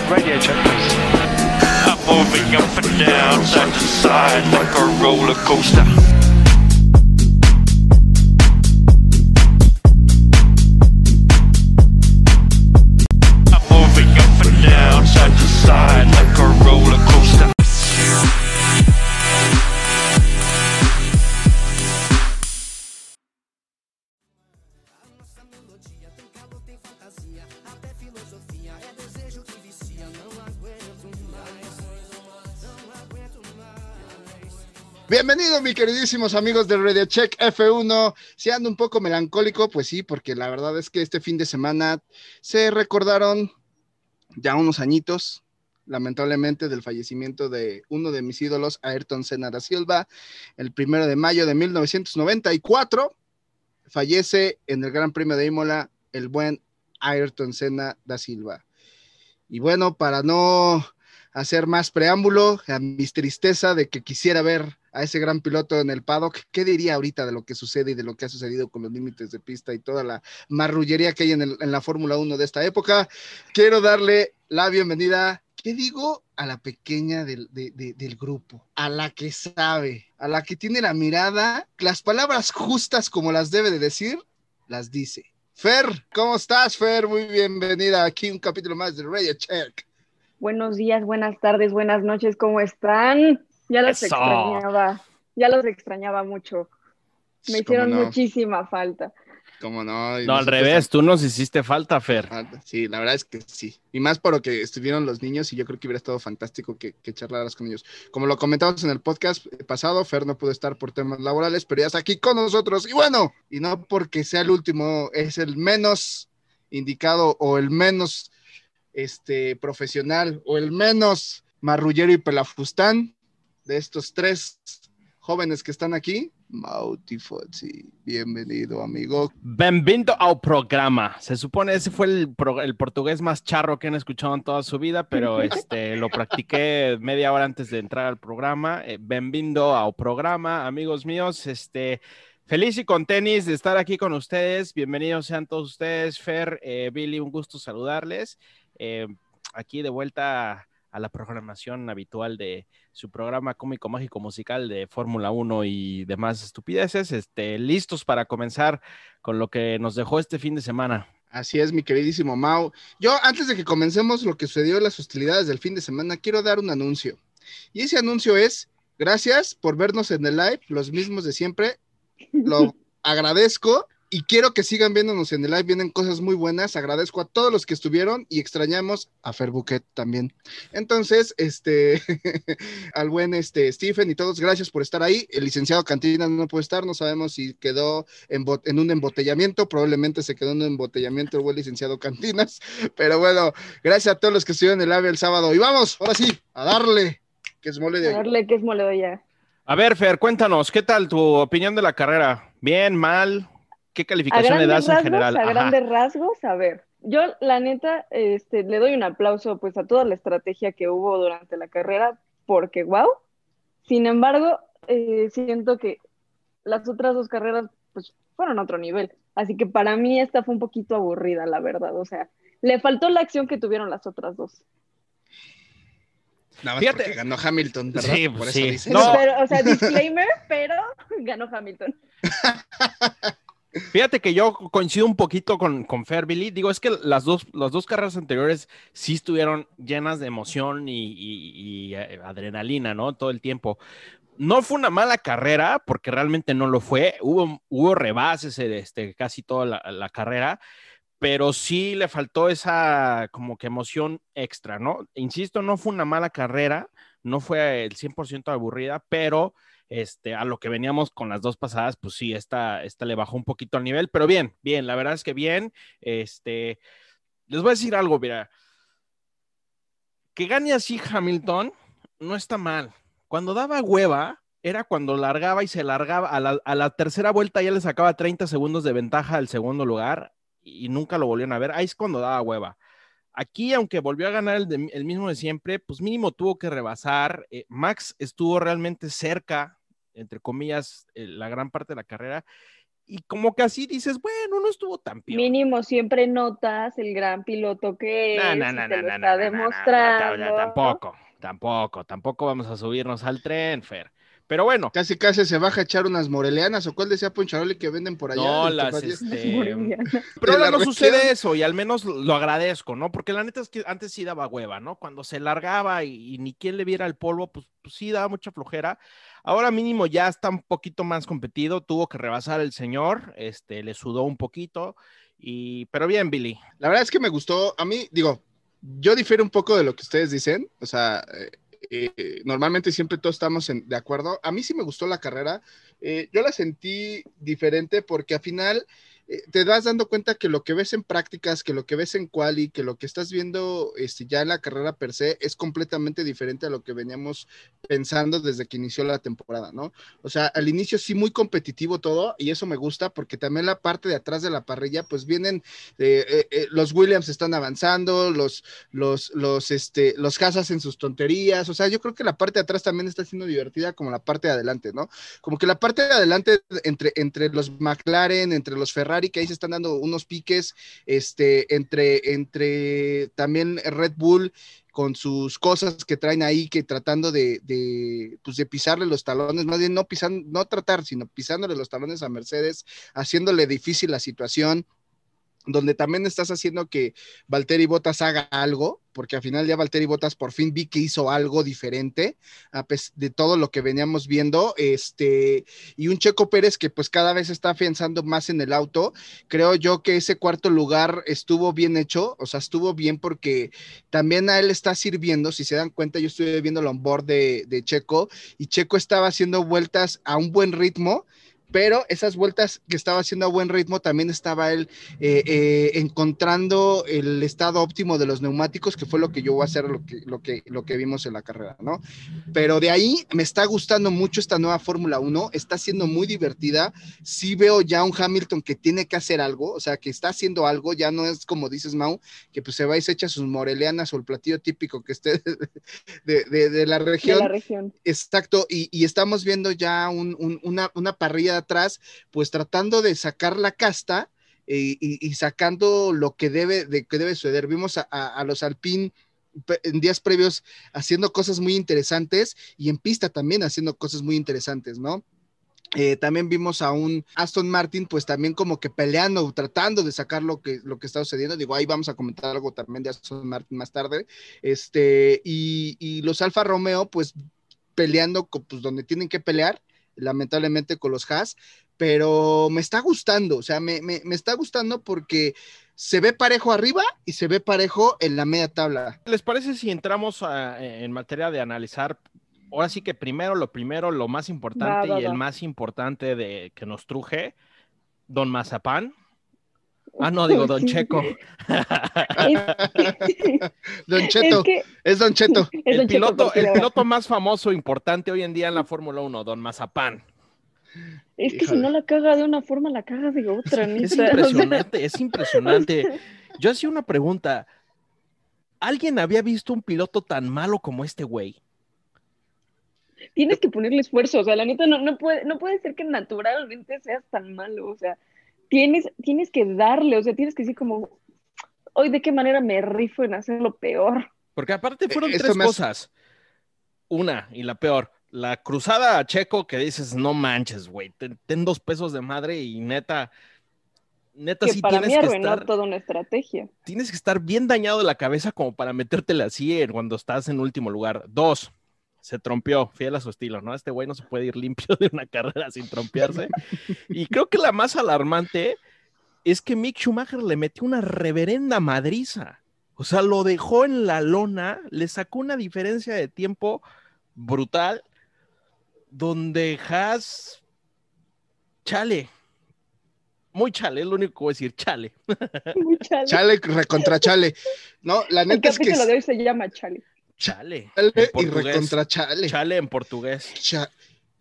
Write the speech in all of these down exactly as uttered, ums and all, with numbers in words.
Radio check, please. I'm moving up and down, side to side, like a roller coaster. I'm moving up and down, side to side, like a roller coaster. Bienvenido, mis queridísimos amigos de Radio Check F uno. Si ando un poco melancólico, pues sí, porque la verdad es que este fin de semana se recordaron ya unos añitos, lamentablemente, del fallecimiento de uno de mis ídolos, Ayrton Senna da Silva. El primero de mayo de mil novecientos noventa y cuatro fallece en el Gran Premio de Imola el buen Ayrton Senna da Silva. Y bueno, para no hacer más preámbulo, a mi tristeza de que quisiera ver a ese gran piloto en el paddock, ¿qué diría ahorita de lo que sucede y de lo que ha sucedido con los límites de pista y toda la marrullería que hay en, el, en la Fórmula uno de esta época? Quiero darle la bienvenida, ¿qué digo? A la pequeña del, de, de, del grupo, a la que sabe, a la que tiene la mirada, las palabras justas como las debe de decir, las dice. Fer, ¿cómo estás, Fer? Muy bienvenida aquí un capítulo más de Radio Check. Buenos días, buenas tardes, buenas noches, ¿cómo están? Ya los Eso. extrañaba, ya los extrañaba mucho. Me hicieron no? muchísima falta. ¿Cómo no? Y no, al revés, tú nos hiciste falta, Fer. Sí, la verdad es que sí. Y más por lo que estuvieron los niños y yo creo que hubiera estado fantástico que, que charlaras con ellos. Como lo comentamos en el podcast pasado, Fer no pudo estar por temas laborales, pero ya está aquí con nosotros. Y bueno, y no porque sea el último, es el menos indicado o el menos este, profesional o el menos marrullero y pelafustán de estos tres jóvenes que están aquí. Mauti Fozzi, bienvenido, amigo. Bienvenido al programa. Se supone ese fue el, pro, el portugués más charro que han escuchado en toda su vida, pero este, lo practiqué media hora antes de entrar al programa. Eh, bienvenido al programa, amigos míos. Este, feliz y con tenis de estar aquí con ustedes. Bienvenidos sean todos ustedes. Fer, eh, Billy, un gusto saludarles. Eh, aquí de vuelta a la programación habitual de su programa cómico, mágico, musical de Fórmula uno y demás estupideces, este, listos para comenzar con lo que nos dejó este fin de semana. Así es, mi queridísimo Mau. Yo, antes de que comencemos lo que sucedió en las hostilidades del fin de semana, quiero dar un anuncio. Y ese anuncio es, gracias por vernos en el live, los mismos de siempre, lo agradezco. Y quiero que sigan viéndonos en el live, vienen cosas muy buenas, agradezco a todos los que estuvieron y extrañamos a Fer Buquet también. Entonces, este, al buen este, Stephen y todos, gracias por estar ahí. El licenciado Cantinas no puede estar, no sabemos si quedó en, bot- en un embotellamiento, probablemente se quedó en un embotellamiento el buen licenciado Cantinas, pero bueno, gracias a todos los que estuvieron en el live el sábado. Y vamos, ahora sí, a darle, que es mole de hoy. A darle que es mole de hoy ya. A ver, Fer, cuéntanos, ¿qué tal tu opinión de la carrera? ¿Bien, mal? ¿Qué calificación le das rasgos, en general? A Ajá. grandes rasgos, a ver, yo la neta este, le doy un aplauso pues a toda la estrategia que hubo durante la carrera, porque wow, sin embargo, eh, siento que las otras dos carreras pues fueron a otro nivel, así que para mí esta fue un poquito aburrida, la verdad, o sea, le faltó la acción que tuvieron las otras dos. Nada más Fíjate. porque ganó Hamilton, ¿verdad? Sí, Por eso sí. dices. No. Pero, o sea, disclaimer, pero ganó Hamilton. Fíjate que yo coincido un poquito con, con Fer, Billy. Digo, es que las dos, las dos carreras anteriores sí estuvieron llenas de emoción y, y, y adrenalina, ¿no? Todo el tiempo. No fue una mala carrera, porque realmente no lo fue. Hubo, hubo rebases este, casi toda la, la carrera, pero sí le faltó esa como que emoción extra, ¿no? Insisto, no fue una mala carrera, no fue el cien por ciento aburrida, pero este, a lo que veníamos con las dos pasadas, pues sí, esta, esta le bajó un poquito el nivel, pero bien, bien, la verdad es que bien. Este, les voy a decir algo, mira, que gane así Hamilton no está mal. Cuando daba hueva, era cuando largaba y se largaba, a la, a la tercera vuelta ya le sacaba treinta segundos de ventaja al segundo lugar y nunca lo volvieron a ver. Ahí es cuando daba hueva. Aquí, aunque volvió a ganar el, de, el mismo de siempre, pues mínimo tuvo que rebasar. Eh, Max estuvo realmente cerca, entre comillas, eh, la gran parte de la carrera. y como que así dices, bueno, no estuvo tan peor. Mínimo siempre notas el gran piloto que No, es, no, y no, te no, lo no, está no, no, no, no, demostrando. tampoco, tampoco, tampoco vamos a subirnos al tren, Fer. Pero bueno. Casi, casi se baja a echar unas morelianas, o cuál decía Poncharoli que venden por allá. No, del las, Tapatío? este... Moridiana. Pero De ahora la no región. sucede eso, y al menos lo agradezco, ¿no? Porque la neta es que antes sí daba hueva, ¿no? Cuando se largaba y, y ni quien le viera el polvo, pues, pues sí daba mucha flojera. Ahora mínimo ya está un poquito más competido, tuvo que rebasar el señor, este, le sudó un poquito, y... pero bien, Billy. La verdad es que me gustó, a mí, digo, yo difiero un poco de lo que ustedes dicen, o sea, eh, eh, normalmente siempre todos estamos en, de acuerdo. A mí sí me gustó la carrera, eh, yo la sentí diferente porque al final eh, te das dando cuenta que lo que ves en prácticas, que lo que ves en quali, que lo que estás viendo este, ya en la carrera per se es completamente diferente a lo que veníamos pensando desde que inició la temporada, ¿no? O sea, al inicio sí muy competitivo todo y eso me gusta porque también la parte de atrás de la parrilla pues vienen, eh, eh, eh, los Williams están avanzando, los, los, los, este, los Haas hacen sus tonterías, o sea, yo creo que la parte de atrás también está siendo divertida como la parte de adelante, ¿no? Como que la parte de adelante entre, entre los McLaren, entre los Ferrari, que ahí se están dando unos piques, este, entre, entre también Red Bull con sus cosas que traen ahí, que tratando de, de, pues de pisarle los talones, más bien no pisando, no tratar, sino pisándole los talones a Mercedes, haciéndole difícil la situación, donde también estás haciendo que Valtteri Bottas haga algo, porque al final ya Valtteri Bottas por fin vi que hizo algo diferente a pesar de todo lo que veníamos viendo, este, y un Checo Pérez que pues cada vez está afianzando más en el auto. Creo yo que ese cuarto lugar estuvo bien hecho, o sea, estuvo bien porque también a él está sirviendo, si se dan cuenta, yo estuve viendo el onboard de, de Checo, y Checo estaba haciendo vueltas a un buen ritmo, pero esas vueltas que estaba haciendo a buen ritmo, también estaba él eh, eh, encontrando el estado óptimo de los neumáticos, que fue lo que yo voy a hacer, lo que, lo, que, lo que vimos en la carrera, ¿no? Pero de ahí me está gustando mucho esta nueva Fórmula uno, está siendo muy divertida, sí veo ya un Hamilton que tiene que hacer algo, o sea, que está haciendo algo, ya no es como dices, Mau, que pues se va y se echa sus morelianas o el platillo típico que esté de, de, de, de la región. De la región. Exacto, y, y estamos viendo ya un, un, una, una parrilla de atrás, pues tratando de sacar la casta eh, y, y sacando lo que debe, de, que debe suceder. Vimos a, a, a los Alpine en días previos haciendo cosas muy interesantes y en pista también haciendo cosas muy interesantes, ¿no? Eh, también vimos a un Aston Martin pues también como que peleando, tratando de sacar lo que, lo que está sucediendo. Digo, ahí vamos a comentar algo también de Aston Martin más tarde, este, y, y los Alfa Romeo pues peleando pues donde tienen que pelear, lamentablemente con los Haas, pero me está gustando, o sea, me, me, me está gustando porque se ve parejo arriba y se ve parejo en la media tabla. ¿Les parece si entramos a, en materia de analizar? Ahora sí que primero, lo primero, lo más importante Va, va, y el va. más importante de que nos truje, Don Mazapán. Ah, no, digo Don Sí. Checo. Don Cheto, Es que es Don Cheto. es El Don Checo a piloto, partir de el ahora. piloto más famoso, importante hoy en día en la Fórmula uno, Don Mazapán. Es que si Híjole. no la caga de una forma, la caga de otra, neta. Es O sea, impresionante, es impresionante. Yo hacía una pregunta. ¿Alguien había visto un piloto tan malo como este güey? tienes que ponerle esfuerzo, o sea, la neta no, no puede, no puede ser que naturalmente seas tan malo, o sea, tienes, tienes que darle, o sea, tienes que decir como, hoy de qué manera me rifo en hacerlo peor. Porque aparte fueron Eso tres me hace- cosas. Una, y la peor, la cruzada a Checo que dices, no manches, güey, ten, ten dos pesos de madre y neta, neta Que sí para mí tienes que arruinó estar, toda una estrategia. tienes que estar bien dañado de la cabeza como para metértela así en- cuando estás en último lugar. Dos, se trompeó, fiel a su estilo, ¿no? Este güey no se puede ir limpio de una carrera sin trompearse. Y creo que la más alarmante es que Mick Schumacher le metió una reverenda madriza. O sea, lo dejó en la lona, le sacó una diferencia de tiempo brutal, donde Haas, chale, muy chale, es lo único que voy a decir, chale. Muy chale. Chale, recontra chale. No, la El neta es que capítulo es de hoy se llama Chale. Chale, chale en y portugués. recontra chale. Chale en portugués. Cha-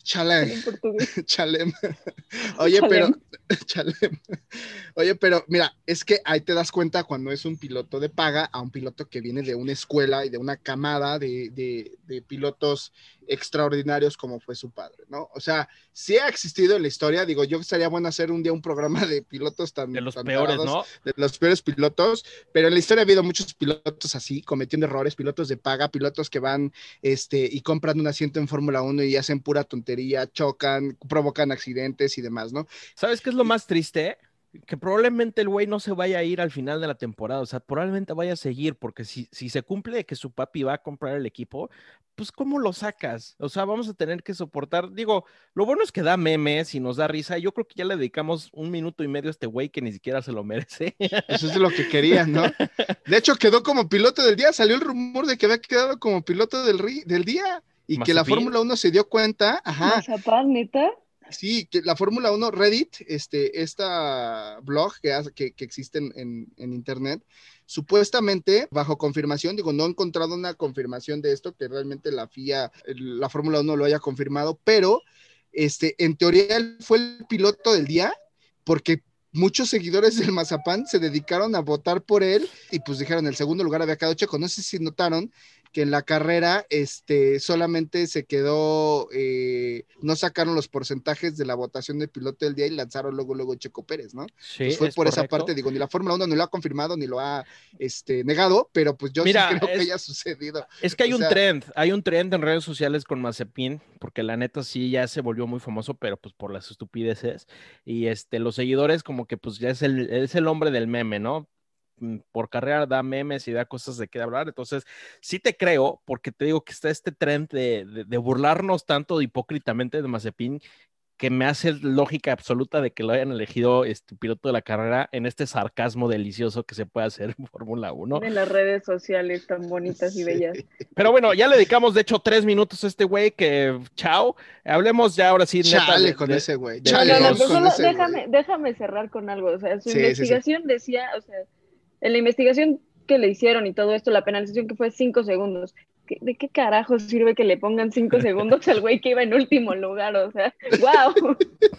Chalem. en portugués. Chalem. Oye, Chalem. pero. Chalem. Oye, pero mira, es que ahí te das cuenta cuando es un piloto de paga a un piloto que viene de una escuela y de una camada de, de, de pilotos extraordinarios como fue su padre, ¿no? O sea, sí ha existido en la historia. Digo, yo estaría bueno hacer un día un programa de pilotos tan. De los tan peores, tarados, ¿no? de los peores pilotos, pero en la historia ha habido muchos pilotos así, cometiendo errores, pilotos de paga, pilotos que van este, y compran un asiento en Fórmula uno y hacen pura tontería, chocan, provocan accidentes y demás, ¿no? ¿Sabes qué es lo más triste? Que probablemente el güey no se vaya a ir al final de la temporada, o sea, probablemente vaya a seguir, porque si, si se cumple que su papi va a comprar el equipo, pues ¿cómo lo sacas? O sea, vamos a tener que soportar, digo, lo bueno es que da memes y nos da risa, yo creo que ya le dedicamos un minuto y medio a este güey que ni siquiera se lo merece. Eso es lo que querían, ¿no? De hecho, quedó como piloto del día, salió el rumor de que había quedado como piloto del, ri- del día y que la Mazepin. Fórmula uno se dio cuenta, ajá, Mazapán, neta. sí, que la Fórmula uno, Reddit, este, esta blog que, hace- que, que existe en, en, en internet, supuestamente, bajo confirmación, digo, no he encontrado una confirmación de esto, que realmente la F I A, el- la Fórmula uno lo haya confirmado, pero este, en teoría él fue el piloto del día, porque muchos seguidores del Mazapán se dedicaron a votar por él y pues dijeron, el segundo lugar había quedado Checo. No sé si notaron que en la carrera este, solamente se quedó, eh, no sacaron los porcentajes de la votación del piloto del día y lanzaron luego, luego Checo Pérez, ¿no? Sí, Pues fue es por esa correcto. parte, digo, ni la Fórmula uno ni lo ha confirmado, ni lo ha este, negado, pero pues yo Mira, sí creo es- que haya sucedido. Es que hay O un sea, trend, hay un trend en redes sociales con Mazepin, porque la neta sí ya se volvió muy famoso, pero pues por las estupideces. Y este, los seguidores como que pues ya es el, es el hombre del meme, ¿no? Mm, Por carrera da memes y da cosas de qué hablar. Entonces, sí te creo, porque te digo que está este trend de, de, de burlarnos tanto hipócritamente de Mazepin, que me hace lógica absoluta de que lo hayan elegido este piloto de la carrera en este sarcasmo delicioso que se puede hacer en Fórmula uno. De las redes sociales tan bonitas y sí. bellas. Pero bueno, ya le dedicamos de hecho tres minutos a este güey que chao. Hablemos ya ahora sí, neta, Chale de, con de, ese güey, de No, chale no, no, los... pero con solo ese déjame, güey. déjame cerrar con algo. O sea, su Sí, sí, sí. investigación decía, o sea, en la investigación que le hicieron y todo esto, la penalización que fue cinco segundos. ¿Qué- ¿De qué carajo sirve que le pongan cinco segundos al güey que iba en último lugar? O sea, wow.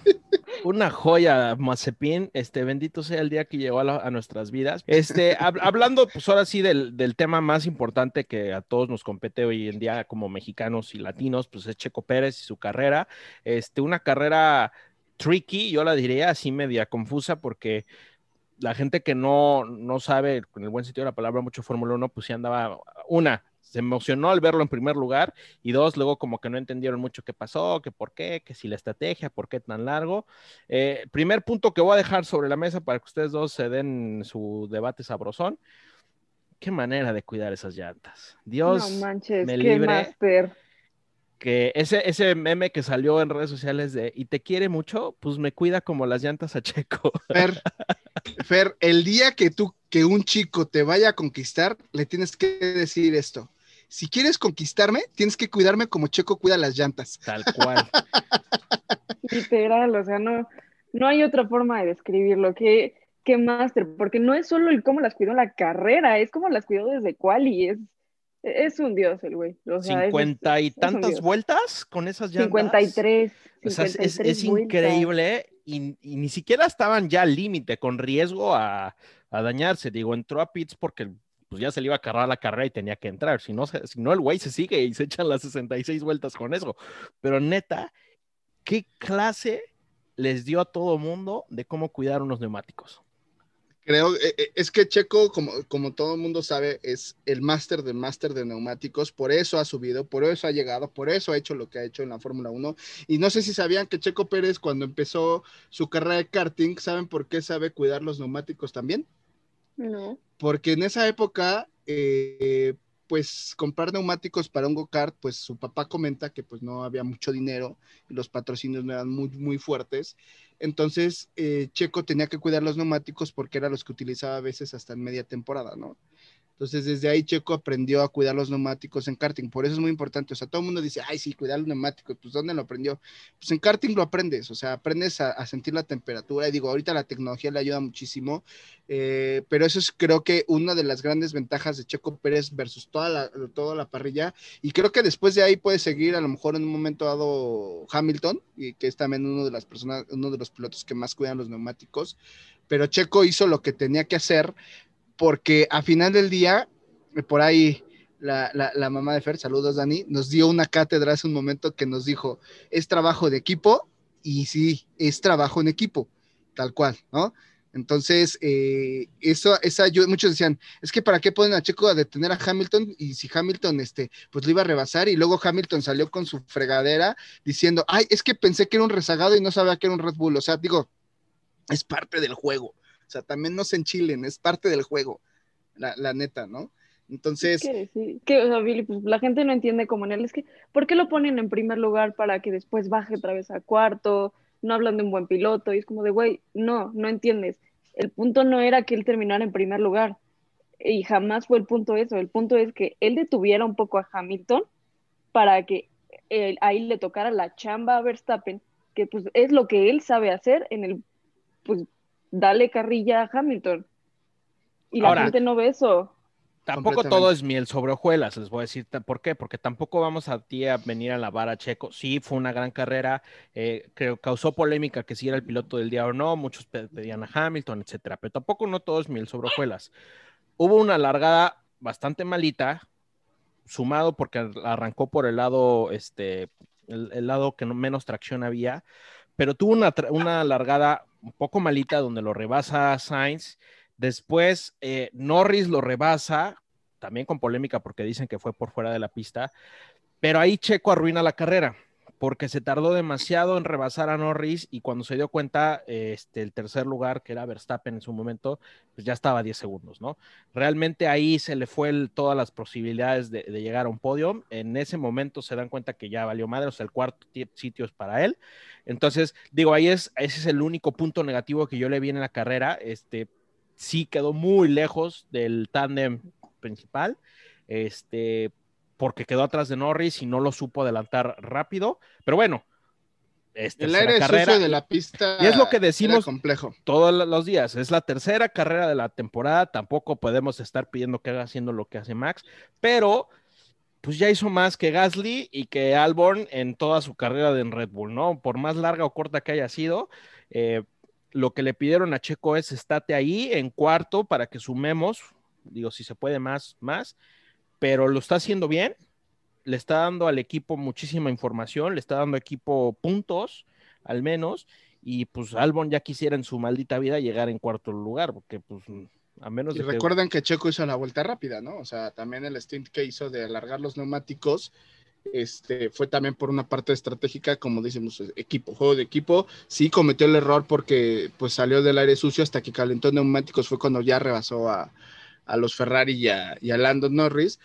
Una joya, Mazepin, este, bendito sea el día que llegó a, la- a nuestras vidas. Este, hab- hablando, pues ahora sí del, del tema más importante que a todos nos compete hoy en día como mexicanos y latinos, pues es Checo Pérez y su carrera. Este, una carrera tricky, yo la diría así media confusa, porque la gente que no, no sabe, con el buen sentido de la palabra, mucho Fórmula uno, pues sí andaba, una, se emocionó al verlo en primer lugar, y dos, luego como que no entendieron mucho qué pasó, que por qué, que si la estrategia, por qué tan largo. Eh, primer punto que voy a dejar sobre la mesa para que ustedes dos se den su debate sabrosón. Qué manera de cuidar esas llantas. No Dios manches, me qué libre máster. que ese, ese meme que salió en redes sociales de y te quiere mucho, pues me cuida como las llantas a Checo. Fer, Fer, el día que tú, que un chico te vaya a conquistar, le tienes que decir esto. Si quieres conquistarme, tienes que cuidarme como Checo cuida las llantas. Tal cual. Literal, o sea, no, no hay otra forma de describirlo. Qué, qué máster, porque no es solo el cómo las cuidó en la carrera, es como las cuidó desde quali, es, es un dios el güey. O sea, es, es, Cincuenta y es un tantas dios. vueltas con esas cincuenta y llantas. tres, O sea, es, cincuenta y es, tres es vueltas. increíble y, y ni siquiera estaban ya al límite, con riesgo a, a dañarse. Digo, entró a pits porque pues ya se le iba a acabar la carrera y tenía que entrar. Si no, se- si no el güey se sigue y se echan las sesenta y seis vueltas con eso. Pero neta, ¿qué clase les dio a todo mundo de cómo cuidar unos neumáticos? Creo, eh, eh, es que Checo, como, como todo el mundo sabe, es el máster del máster de neumáticos, por eso ha subido, por eso ha llegado, por eso ha hecho lo que ha hecho en la Fórmula uno. Y no sé si sabían que Checo Pérez, cuando empezó su carrera de karting, ¿saben por qué sabe cuidar los neumáticos también? No. Porque en esa época, eh, pues comprar neumáticos para un go-kart, pues su papá comenta que pues no había mucho dinero y los patrocinios no eran muy, muy fuertes. Entonces, eh, Checo tenía que cuidar los neumáticos porque eran los que utilizaba a veces hasta en media temporada, ¿no? Entonces, desde ahí Checo aprendió a cuidar los neumáticos en karting. Por eso es muy importante. O sea, todo el mundo dice, ay, sí, cuidar los neumáticos. Pues, ¿dónde lo aprendió? Pues en karting lo aprendes. O sea, aprendes a, a sentir la temperatura. Y digo, ahorita la tecnología le ayuda muchísimo. Eh, pero eso es, creo que, una de las grandes ventajas de Checo Pérez versus toda la, toda la parrilla. Y creo que después de ahí puede seguir, a lo mejor en un momento dado, Hamilton, y que es también uno de las personas, uno de los pilotos que más cuidan los neumáticos. Pero Checo hizo lo que tenía que hacer, porque a final del día, por ahí la, la, la mamá de Fer, saludos Dani, nos dio una cátedra hace un momento que nos dijo, es trabajo de equipo, y sí, es trabajo en equipo, tal cual, ¿no? Entonces, eh, eso, esa, yo, muchos decían, es que ¿para qué ponen a Checo a detener a Hamilton? Y si Hamilton, este, pues lo iba a rebasar, y luego Hamilton salió con su fregadera diciendo, ay, es que pensé que era un rezagado y no sabía que era un Red Bull. O sea, digo, es parte del juego. O sea, también no se enchilen, es parte del juego, la, la neta, ¿no? Entonces... Que sí, que, o sea, Billy, pues la gente no entiende como en él, es que, ¿por qué lo ponen en primer lugar para que después baje otra vez a cuarto? No hablan de un buen piloto, y es como de, güey, no, no entiendes. El punto no era que él terminara en primer lugar, y jamás fue el punto eso, el punto es que él detuviera un poco a Hamilton para que él, ahí le tocara la chamba a Verstappen, que pues es lo que él sabe hacer en el, pues, dale carrilla a Hamilton. Y la Ahora, gente no ve eso. tampoco todo es miel sobre hojuelas, les voy a decir por qué, porque tampoco vamos a ti a venir a lavar a Checo. Sí, fue una gran carrera, eh, creo causó polémica que si era el piloto del día o no, muchos pedían a Hamilton, etcétera, pero tampoco no todo es miel sobre hojuelas. Hubo una largada bastante malita, sumado porque arrancó por el lado, este, el, el lado que no, menos tracción había, pero tuvo una, una largada un poco malita donde lo rebasa Sainz. Después eh, Norris lo rebasa, también con polémica porque dicen que fue por fuera de la pista, pero ahí Checo arruina la carrera porque se tardó demasiado en rebasar a Norris y cuando se dio cuenta, este, el tercer lugar, que era Verstappen en su momento, pues ya estaba a diez segundos, ¿no? Realmente ahí se le fue el, todas las posibilidades de, de llegar a un podio. En ese momento se dan cuenta que ya valió madre, o sea, el cuarto sitio es para él. Entonces, digo, ahí es, ese es el único punto negativo que yo le vi en la carrera. Este, sí quedó muy lejos del tándem principal, este, porque quedó atrás de Norris y no lo supo adelantar rápido, pero bueno, es el aire carrera sucio de la pista y es lo que decimos complejo todos los días, es la tercera carrera de la temporada, tampoco podemos estar pidiendo que haga haciendo lo que hace Max, pero pues ya hizo más que Gasly y que Albon en toda su carrera de en Red Bull, ¿no? Por más larga o corta que haya sido, eh, lo que le pidieron a Checo es estate ahí en cuarto para que sumemos, digo, si se puede más, más, pero lo está haciendo bien, le está dando al equipo muchísima información, le está dando al equipo puntos, al menos, y pues Albon ya quisiera en su maldita vida llegar en cuarto lugar, porque pues a menos y de recuerden que... que Checo hizo la vuelta rápida, ¿no? O sea, también el stint que hizo de alargar los neumáticos, este, fue también por una parte estratégica, como decimos, equipo, juego de equipo. Sí cometió el error porque pues salió del aire sucio hasta que calentó neumáticos, fue cuando ya rebasó a, a los Ferrari y a, y a Lando Norris,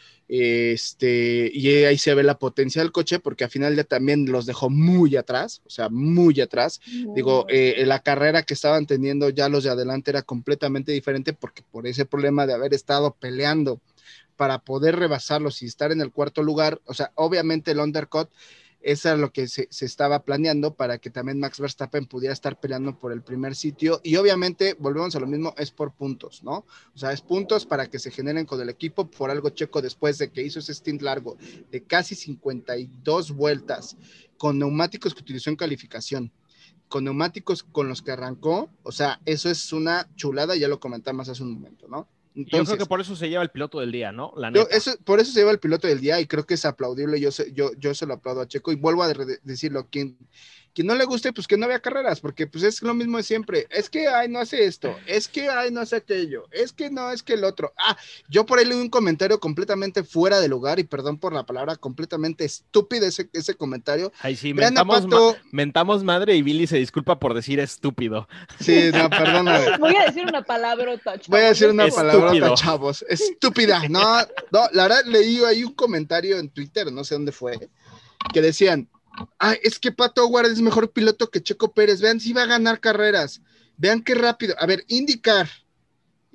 este, y ahí se ve la potencia del coche, porque al final ya también los dejó muy atrás, o sea, muy atrás. Muy Digo, eh, la carrera que estaban teniendo ya los de adelante era completamente diferente, porque por ese problema de haber estado peleando para poder rebasarlos y estar en el cuarto lugar, o sea, obviamente el undercut, eso es lo que se, se estaba planeando para que también Max Verstappen pudiera estar peleando por el primer sitio, y obviamente, volvemos a lo mismo, es por puntos, ¿no? O sea, es puntos para que se generen con el equipo. Por algo Checo, después de que hizo ese stint largo de casi cincuenta y dos vueltas, con neumáticos que utilizó en calificación, con neumáticos con los que arrancó, o sea, eso es una chulada, ya lo comentamos hace un momento, ¿no? Entonces, yo creo que por eso se lleva el piloto del día, ¿no? La neta. Yo, eso, por eso se lleva el piloto del día, y creo que es aplaudible. Yo, yo, yo se lo aplaudo a Checo, y vuelvo a de, decirlo, quien, quien no le guste, pues que no vea carreras, porque pues es lo mismo de siempre. Es que, ay, no hace esto, es que, ay, no hace aquello, es que no, es que el otro. Ah, yo por ahí leí un comentario completamente fuera de lugar, y perdón por la palabra, completamente estúpido ese, ese comentario. Ay, sí, mentamos, Pato, ma mentamos madre, y Billy se disculpa por decir estúpido. Sí, no, perdóname. Voy a decir una palabrota, chavos. Voy a decir una palabrota, chavos. Estúpida. No, no, la verdad leí ahí un comentario en Twitter, no sé dónde fue, que decían, ah, es que Pato O'Ward es mejor piloto que Checo Pérez, vean si va a ganar carreras, vean qué rápido. A ver, IndyCar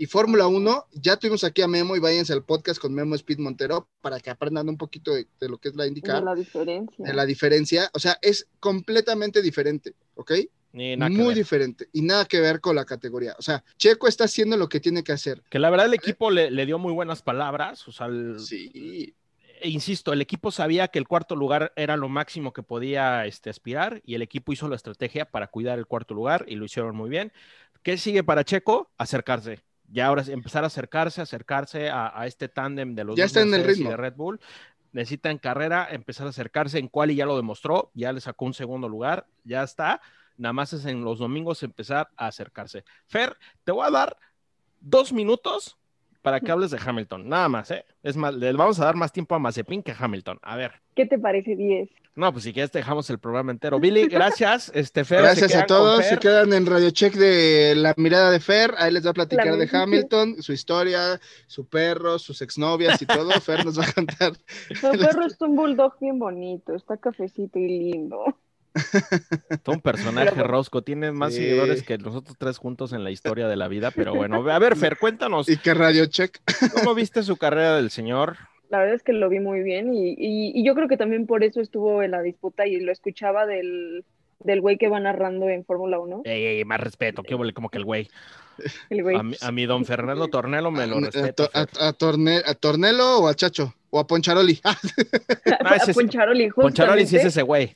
Y Fórmula uno, ya tuvimos aquí a Memo y váyanse al podcast con Memo Speed Montero para que aprendan un poquito de, de lo que es la IndyCar. De la diferencia. De la diferencia. O sea, es completamente diferente, ¿ok? Ni nada que Muy ver. diferente y nada que ver con la categoría. O sea, Checo está haciendo lo que tiene que hacer. Que la verdad el equipo le, le dio muy buenas palabras. O sea, el- Sí. e insisto, el equipo sabía que el cuarto lugar era lo máximo que podía este, aspirar y el equipo hizo la estrategia para cuidar el cuarto lugar y lo hicieron muy bien. ¿Qué sigue para Checo? Acercarse. Ya ahora sí, empezar a acercarse, acercarse a, a este tándem de los Ya dos está en el Mercedes y ritmo. de Red Bull. Necesita en carrera empezar a acercarse. En quali ya lo demostró, ya le sacó un segundo lugar, ya está. Nada más es en los domingos empezar a acercarse. Fer, te voy a dar dos minutos para que hables de Hamilton, nada más, ¿eh? Es más, le vamos a dar más tiempo a Mazepin que a Hamilton. A ver. ¿Qué te parece, diez? No, pues si quieres dejamos el programa entero. Billy, gracias. Este, Fer, Gracias se a quedan con todos. Se Fer. quedan en Radio Check de la mirada de Fer. Ahí les va a platicar La de misma. Hamilton, su historia, su perro, sus exnovias y todo. Fer nos va a contar. Su perro es un bulldog bien bonito, está cafecito y lindo. Todo un personaje Pero bueno. rosco, tiene más Sí. seguidores que nosotros tres juntos en la historia de la vida, pero bueno, a ver, Fer, cuéntanos, Y que Radio Check. ¿cómo viste su carrera del señor? La verdad es que lo vi muy bien y, y, y yo creo que también por eso estuvo en la disputa y lo escuchaba del, del güey que va narrando en Fórmula uno. Ey, ey, más respeto, qué huele como que el güey. El güey. A mi, a mi don Fernando Tornelo me lo A, respeto. a, Fer. a Torne- a Tornelo o a Chacho o a Poncharoli. Ah, a ese es- Poncharoli, Poncharoli sí es justamente. ese güey.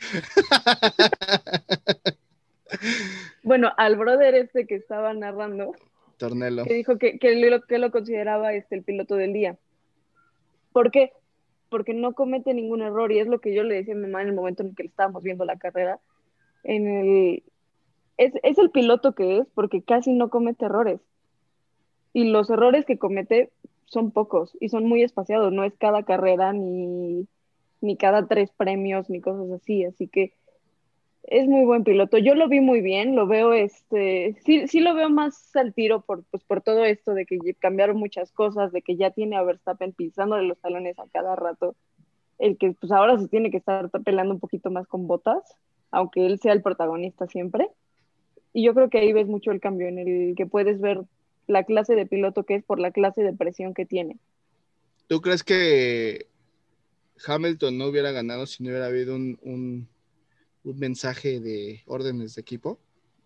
Bueno, al brother este que estaba narrando, Tornelo. que dijo que, que, lo, que lo consideraba este, el piloto del día. ¿Por qué? Porque no comete ningún error y es lo que yo le decía a mi mamá en el momento en el que le estábamos viendo la carrera. En el, es, es el piloto que es porque casi no comete errores. Y los errores que comete son pocos y son muy espaciados. No es cada carrera ni, ni cada tres premios ni cosas así. Así que es muy buen piloto. Yo lo vi muy bien, lo veo, este, sí, sí lo veo más al tiro por, pues, por todo esto de que cambiaron muchas cosas, de que ya tiene a Verstappen pisándole los talones a cada rato, el que pues ahora se tiene que estar peleando un poquito más con Bottas, aunque él sea el protagonista siempre. Y yo creo que ahí ves mucho el cambio, en el que puedes ver la clase de piloto que es por la clase de presión que tiene. ¿Tú crees que Hamilton no hubiera ganado si no hubiera habido un, un, un mensaje de órdenes de equipo?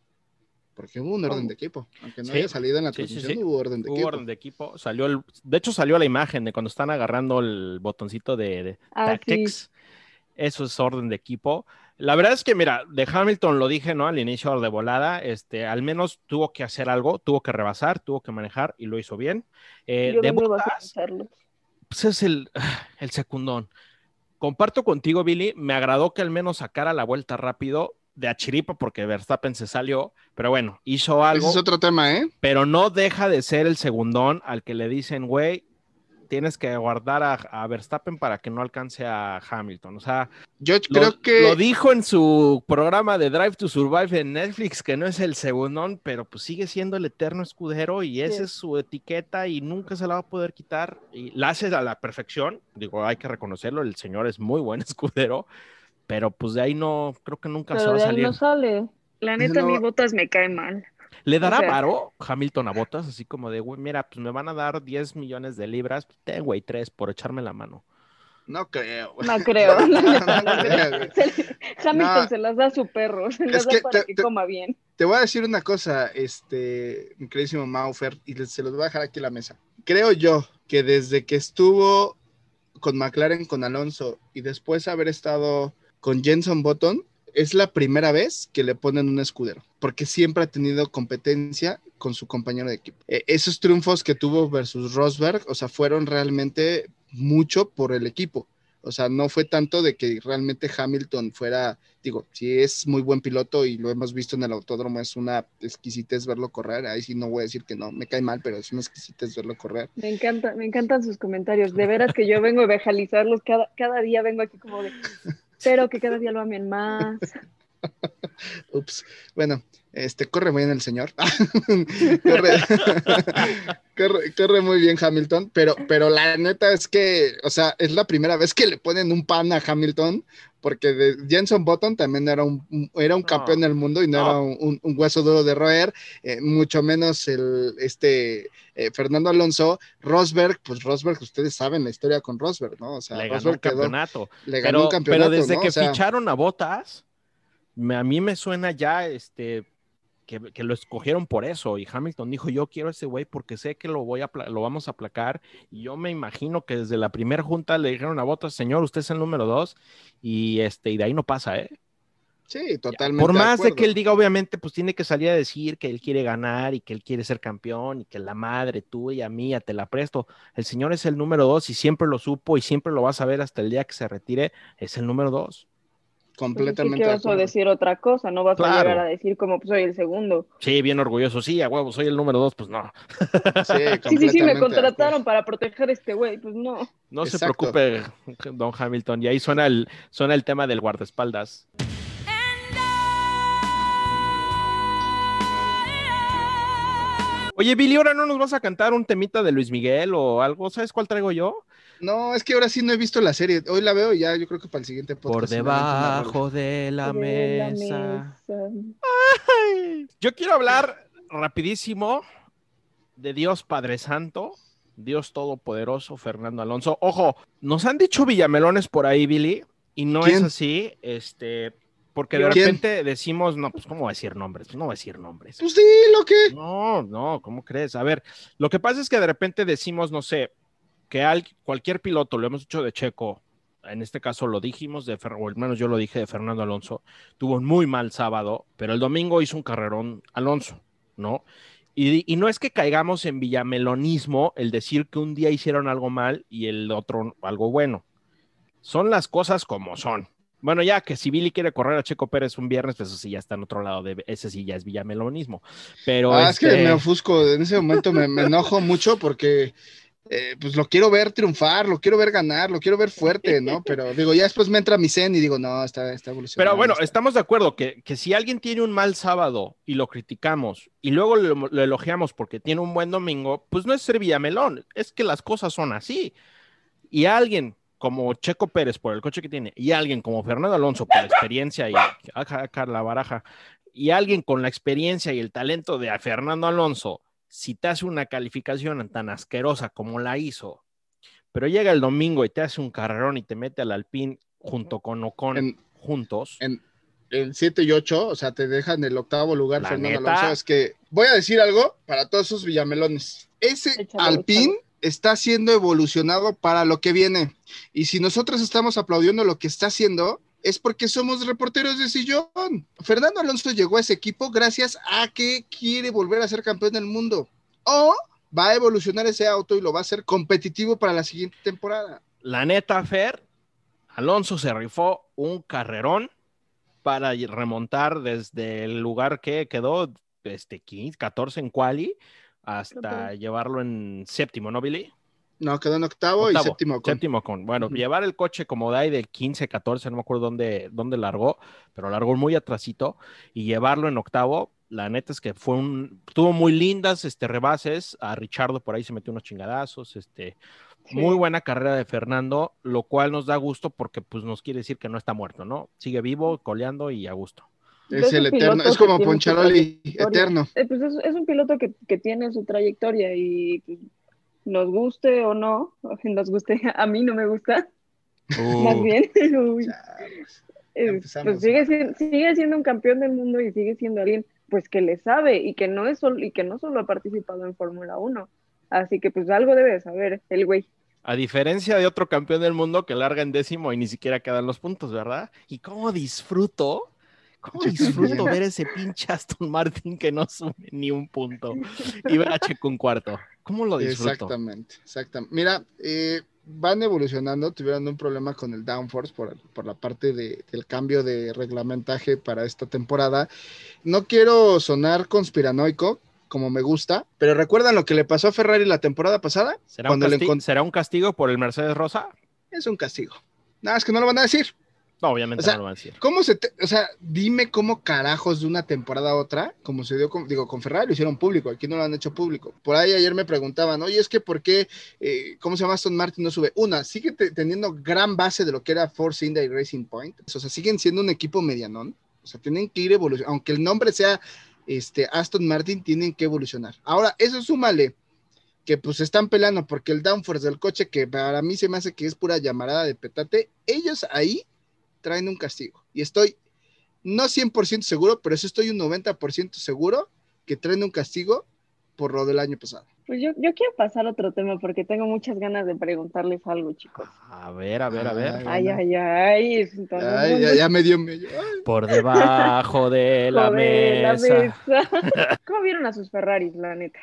Porque hubo un orden ¿Cómo? de equipo. Aunque no Sí. haya salido en la Sí, sí, transmisión, sí. hubo orden de Hubo equipo. orden de equipo, salió el, de hecho salió la imagen de cuando están agarrando el botoncito de, de Ah, Tactics. Eso es orden de equipo. La verdad es que, mira, de Hamilton lo dije, ¿no? Al inicio de volada, este, al menos tuvo que hacer algo, tuvo que rebasar, tuvo que manejar y lo hizo bien. Eh, Yo de vengo a Bottas, hacerlo. pues es el, el secundón. Comparto contigo, Billy, me agradó que al menos sacara la vuelta rápido de a chiripa porque Verstappen se salió, pero bueno, hizo algo, Ese es otro tema, ¿eh? pero no deja de ser el segundón al que le dicen, güey, tienes que guardar a, a Verstappen para que no alcance a Hamilton. O sea, Yo lo, creo que... lo dijo en su programa de Drive to Survive en Netflix, que no es el segundón, pero pues sigue siendo el eterno escudero y esa Sí. es su etiqueta y nunca se la va a poder quitar. Y la hace a la perfección. Digo, hay que reconocerlo, el señor es muy buen escudero, pero pues de ahí no, creo que nunca se Pero va a de ahí salir. no sale. La Ese neta, no mi va- Bottas me cae mal. ¿Le dará O sea- varo Hamilton a Bottas? Así como de, güey, mira, pues me van a dar diez millones de libras, ten, güey, tres por echarme la mano. No creo. güey. No creo, la neta, No no creo, creo. güey. Se- Hamilton No. se las da a su perro, se Es las da que para te- que te- coma bien. Te voy a decir una cosa, este, mi queridísimo Maufer, y les- se los voy a dejar aquí en la mesa. Creo yo que desde que estuvo con McLaren, con Alonso, y después haber estado con Jenson Button, es la primera vez que le ponen un escudero, porque siempre ha tenido competencia con su compañero de equipo. Eh, esos triunfos que tuvo versus Rosberg, o sea, fueron realmente mucho por el equipo. O sea, no fue tanto de que realmente Hamilton fuera, digo, si es muy buen piloto y lo hemos visto en el autódromo, es una exquisitez verlo correr. Ahí sí no voy a decir que no, me cae mal, pero es una exquisitez verlo correr. Me encanta, me encantan sus comentarios. De veras que yo vengo a evangelizaros cada, cada día, vengo aquí como de, espero que cada día lo amen más. Ups, bueno, este, corre muy bien el señor. corre, corre, corre muy bien Hamilton, pero, pero la neta es que, o sea, es la primera vez que le ponen un pan a Hamilton, porque de Jenson Button también era un, un- era un No, campeón del mundo y no, no. era un, un- un hueso duro de roer, eh, mucho menos el este eh, Fernando Alonso. Rosberg, pues Rosberg, ustedes saben la historia con Rosberg, ¿no? O sea, Le ganó un Rosberg quedó, campeonato. le ganó un Pero, campeonato, pero desde ¿no? que O sea, ficharon a Bottas, me- a mí me suena ya este que, que lo escogieron por eso. Y Hamilton dijo: Yo quiero a ese güey porque sé que lo voy a pla- lo vamos a aplacar. Y yo me imagino que desde la primera junta le dijeron a Bottas: Señor, usted es el número dos. Y este, y de ahí no pasa, ¿eh? sí, Por totalmente de más de que él acuerdo. diga, obviamente, pues tiene que salir a decir que él quiere ganar y que él quiere ser campeón y que la madre tuya, mía, te la presto. El señor es el número dos y siempre lo supo y siempre lo vas a ver hasta el día que se retire. Es el número dos. Pues es que Completamente qué de oso acuerdo. decir otra cosa, no vas a llegar a Claro. decir como pues soy el segundo. Sí, bien orgulloso. Sí, a huevo, soy el número dos. Pues no. Sí, Sí, sí, sí, me completamente de acuerdo. contrataron para proteger a este güey, pues no. No se Exacto. preocupe, don Hamilton. Y ahí suena el, suena el tema del guardaespaldas. Oye, Billy, ¿ahora no nos vas a cantar un temita de Luis Miguel o algo? ¿Sabes cuál traigo yo? No, es que ahora sí no he visto la serie. Hoy la veo y ya yo creo que para el siguiente Por podcast sí me avento una rola. debajo de la De la mesa. mesa. Ay, yo quiero hablar rapidísimo de Dios Padre Santo, Dios Todopoderoso, Fernando Alonso. Ojo, nos han dicho villamelones por ahí, Billy, y no ¿Quién? es así, este, porque de ¿Quién? repente decimos, no, pues, ¿cómo voy a decir nombres? Pues no voy a decir nombres. Pues sí, lo que. No, no, ¿cómo crees? A ver, lo que pasa es que de repente decimos, no sé, que al, cualquier piloto, lo hemos dicho de Checo, en este caso lo dijimos, de Fer, o al menos yo lo dije de Fernando Alonso, tuvo un muy mal sábado, pero el domingo hizo un carrerón Alonso, ¿no? Y, y no es que caigamos en villamelonismo el decir que un día hicieron algo mal y el otro algo bueno. Son las cosas como son. Bueno, ya que si Billy quiere correr a Checo Pérez un viernes, pues eso sí ya está en otro lado, de ese sí ya es villamelonismo. Pero Ah, este... es que me ofusco. En ese momento me, me enojo mucho porque eh, pues lo quiero ver triunfar, lo quiero ver ganar, lo quiero ver fuerte, ¿no? Pero digo, ya después me entra mi zen y digo, no, está, está evolucionando. Pero bueno, está. estamos de acuerdo que, que si alguien tiene un mal sábado y lo criticamos y luego lo, lo elogiamos porque tiene un buen domingo, pues no es ser villamelón, es que las cosas son así. Y alguien como Checo Pérez por el coche que tiene y alguien como Fernando Alonso por la experiencia y acá la baraja y alguien con la experiencia y el talento de Fernando Alonso, si te hace una calificación tan asquerosa como la hizo, pero llega el domingo y te hace un carrerón y te mete al Alpine junto con Ocon En, juntos. en, en siete y ocho, o sea, te dejan el octavo lugar La Fernando neta. Alonso. Es que voy a decir algo para todos esos villamelones. Ese Échalo, Alpine échalo. está siendo evolucionado para lo que viene. Y si nosotros estamos aplaudiendo lo que está haciendo, es porque somos reporteros de sillón. Fernando Alonso llegó a ese equipo gracias a que quiere volver a ser campeón del mundo. O va a evolucionar ese auto y lo va a hacer competitivo para la siguiente temporada. La neta, Fer, Alonso se rifó un carrerón para remontar desde el lugar que quedó, este, quince, catorce en quali, hasta Catorce. llevarlo en séptimo, ¿no, Billy? No, quedó en octavo, Octavo, y séptimo con. séptimo con. Bueno, Uh-huh. llevar el coche como de ahí de quince, catorce, no me acuerdo dónde, dónde largó, pero largó muy atrasito, y llevarlo en octavo, la neta es que fue un, tuvo muy lindas este, rebases, a Richardo por ahí se metió unos chingadazos, este, Sí. muy buena carrera de Fernando, lo cual nos da gusto porque pues nos quiere decir que no está muerto, ¿no? Sigue vivo, coleando y a gusto. Es Es el un eterno, piloto es que como tiene su Poncharoli trayectoria. eterno. Eh, pues es, es un piloto que, que tiene su trayectoria y pues, nos guste o no, nos guste, a mí no me gusta, Uh, más bien. Uy. Changos. Eh, empezamos pues sigue mal. siendo, sigue siendo un campeón del mundo y sigue siendo alguien pues que le sabe y que no es solo, y que no solo ha participado en Fórmula uno. Así que pues algo debe de saber el güey. A diferencia de otro campeón del mundo que larga en décimo y ni siquiera quedan los puntos, ¿verdad? Y cómo disfruto, cómo Yo disfruto también. ver ese pinche Aston Martin que no sube ni un punto y ver a Checo un cuarto. ¿Cómo lo disfruto? Exactamente, exactamente. Mira, eh, van evolucionando, tuvieron un problema con el downforce por, por la parte de, del cambio de reglamentaje para esta temporada. No quiero sonar conspiranoico, como me gusta, pero ¿recuerdan lo que le pasó a Ferrari la temporada pasada? ¿Será un, Cuando le casti- encont- ¿Será un castigo por el Mercedes Rosa? Es un castigo. Nada, es que no lo van a decir. No, obviamente O sea, no lo van a decir. ¿Cómo se te, o sea, dime cómo carajos de una temporada a otra, como se dio con, digo, con Ferrari lo hicieron público, aquí no lo han hecho público. Por ahí ayer me preguntaban, oye, es que ¿por qué, eh, cómo se llama Aston Martin no sube? Una, sigue te, teniendo gran base de lo que era Force India y Racing Point, o sea, siguen siendo un equipo medianón, o sea, tienen que ir evolucionando, aunque el nombre sea este, Aston Martin, tienen que evolucionar. Ahora, eso súmale, que pues están peleando porque el downforce del coche, que para mí se me hace que es pura llamarada de petate, ellos ahí traen un castigo. Y estoy no cien por ciento seguro, pero sí estoy un noventa por ciento seguro que traen un castigo por lo del año pasado. Pues yo, yo quiero pasar a otro tema porque tengo muchas ganas de preguntarles algo, chicos. A ver, a ver, a ver. Ay, ay, ay. Entonces, Ay, ya, ya me dio medio. Ay. Por debajo de la Joder, la mesa. mesa. ¿Cómo vieron a sus Ferraris, la neta?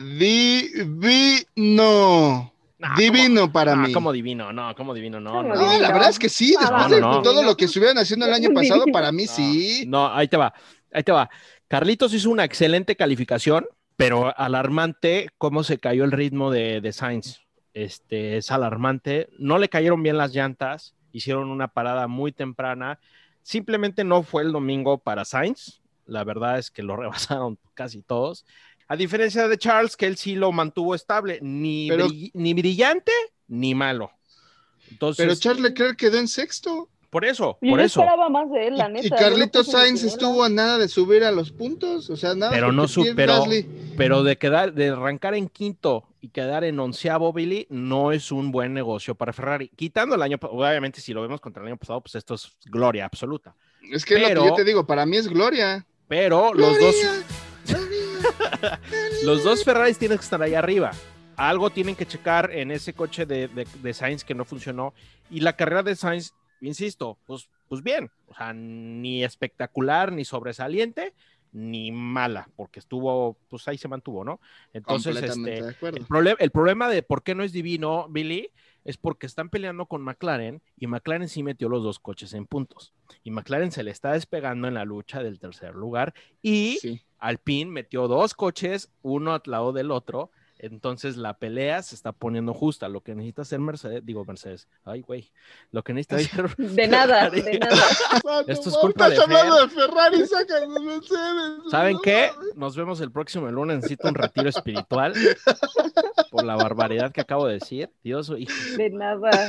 Divino. Nah, divino ¿cómo? para Nah, mí. como divino, no, como divino, no. Como no. No, divino. la verdad es que sí, después Ah, de no, no. todo lo que estuvieron haciendo el año pasado, Divino. para mí No, sí. No, ahí te va, ahí te va. Carlitos hizo una excelente calificación, pero alarmante cómo se cayó el ritmo de, de Sainz. Este, es alarmante. No le cayeron bien las llantas, hicieron una parada muy temprana. Simplemente no fue el domingo para Sainz. La verdad es que lo rebasaron casi todos. A diferencia de Charles, que él sí lo mantuvo estable, ni, Pero, brill- ni brillante ni malo. Entonces, pero Charles Leclerc quedó en sexto. por eso, Yo por no eso. esperaba más de él, la Y, neta. y yo lo Carlitos puse en mi Sainz quiniela. estuvo a nada de subir a los puntos, o sea, nada. Pero porque no su, Pierre pero, Gasly- pero de quedar, de arrancar en quinto y quedar en onceavo, Billy, no es un buen negocio para Ferrari. Quitando el año, obviamente, si lo vemos contra el año pasado, pues esto es gloria absoluta. Es que es pero- lo que yo te digo, para mí es gloria. Pero los Gloria, dos, gloria. los dos Ferraris tienen que estar ahí arriba. Algo tienen que checar en ese coche de, de, de Sainz que no funcionó. Y la carrera de Sainz, insisto, pues, pues bien. O sea, ni espectacular, ni sobresaliente, ni mala, porque estuvo, pues ahí se mantuvo, ¿no? Entonces, Completamente este, de acuerdo. el, proble- el problema de por qué no es divino, Billy, es porque están peleando con McLaren y McLaren sí metió los dos coches en puntos. Y McLaren se le está despegando en la lucha del tercer lugar y Sí. Alpine metió dos coches, uno al lado del otro. Entonces la pelea se está poniendo justa. Lo que necesita hacer Mercedes, digo Mercedes, ay güey, lo que necesita hacer De nada, Ferrari. de nada. Esto es Ahorita culpa de estás hablando Fer. de Ferrari, sacan los Mercedes. ¿Saben No qué? mames. Nos vemos el próximo lunes. Necesito un retiro espiritual por la barbaridad que acabo de decir. Dios, hijo, De nada.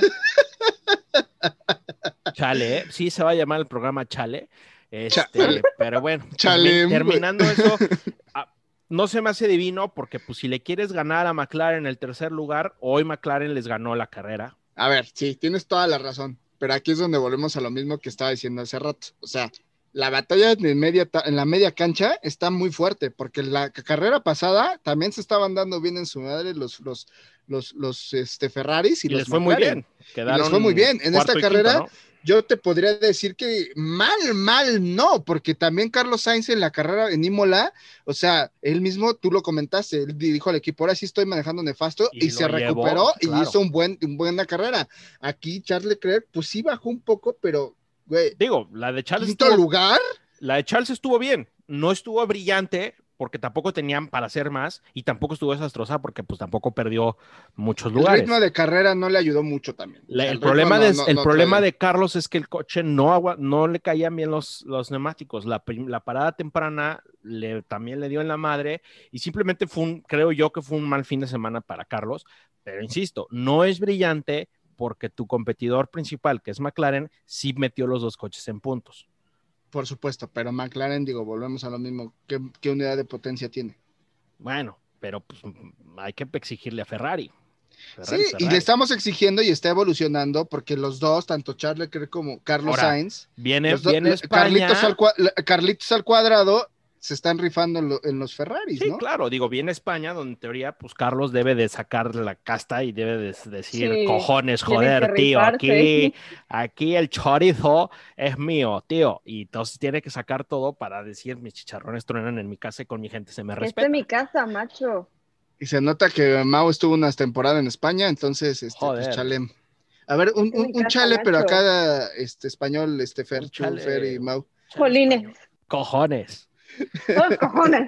chale, ¿eh? Sí se va a llamar el programa Chale. Este, pero bueno, Chale, termi- terminando eso, ah, no se me hace divino porque pues si le quieres ganar a McLaren en el tercer lugar, hoy McLaren les ganó la carrera. A ver, sí, tienes toda la razón, pero aquí es donde volvemos a lo mismo que estaba diciendo hace rato. O sea, la batalla en, media ta- en la media cancha está muy fuerte, porque la ca- carrera pasada también se estaban dando bien en su madre los, los, los, los este, Ferraris y, Y los les fue muy McLaren. bien. Quedaron les fue muy bien. En cuarto esta y quinto, carrera, ¿no? Yo te podría decir que mal, mal no, porque también Carlos Sainz en la carrera en Imola, o sea, él mismo, tú lo comentaste, él dijo al equipo, ahora sí estoy manejando nefasto, Y y, se lo llevó, recuperó y claro. hizo un buen, un buena carrera. Aquí Charles Leclerc, pues sí bajó un poco, pero, güey, Digo, la de Charles quinto estuvo, lugar, la de Charles estuvo bien. No estuvo brillante porque tampoco tenían para hacer más y tampoco estuvo desastrosa porque pues tampoco perdió muchos el lugares. ritmo de carrera no le ayudó mucho también. La- O sea, el ritmo problema, no- de, no- el no problema traía. de Carlos es que el coche no, agua, no le caían bien los, los neumáticos. La, prim- la parada temprana le, también le dio en la madre y simplemente fue un, creo yo que fue un mal fin de semana para Carlos. Pero insisto, no es brillante porque tu competidor principal, que es McLaren, sí metió los dos coches en puntos. Por supuesto, pero McLaren, digo, volvemos a lo mismo, ¿qué, qué unidad de potencia tiene? Bueno, pero pues, hay que exigirle a Ferrari. Sí, Ferrari, y Ferrari. le estamos exigiendo y está evolucionando porque los dos, tanto Charles Leclerc como Carlos Ahora, Sainz, Viene, los do- viene le- España. Carlitos, al cua- le- Carlitos al cuadrado se están rifando en, lo- en los Ferraris, Sí, ¿no? claro, digo, viene España, donde en teoría, pues Carlos debe de sacar la casta y debe de decir, Sí, cojones, tiene joder, que tío, rifarse. aquí, aquí el chorizo es mío, tío. Y entonces tiene que sacar todo para decir, mis chicharrones truenan en mi casa y con mi gente se me Que esté respeta. en mi casa, macho. Y se nota que Mau estuvo unas temporadas en España, entonces, este, Joder. pues chale. A ver, un, Esté en un, mi un casa, chale, pero macho. acá, este, español, este, Fer, Un tú, chale. Fer y Mau. Jolines. Cojones. Oh, cojones.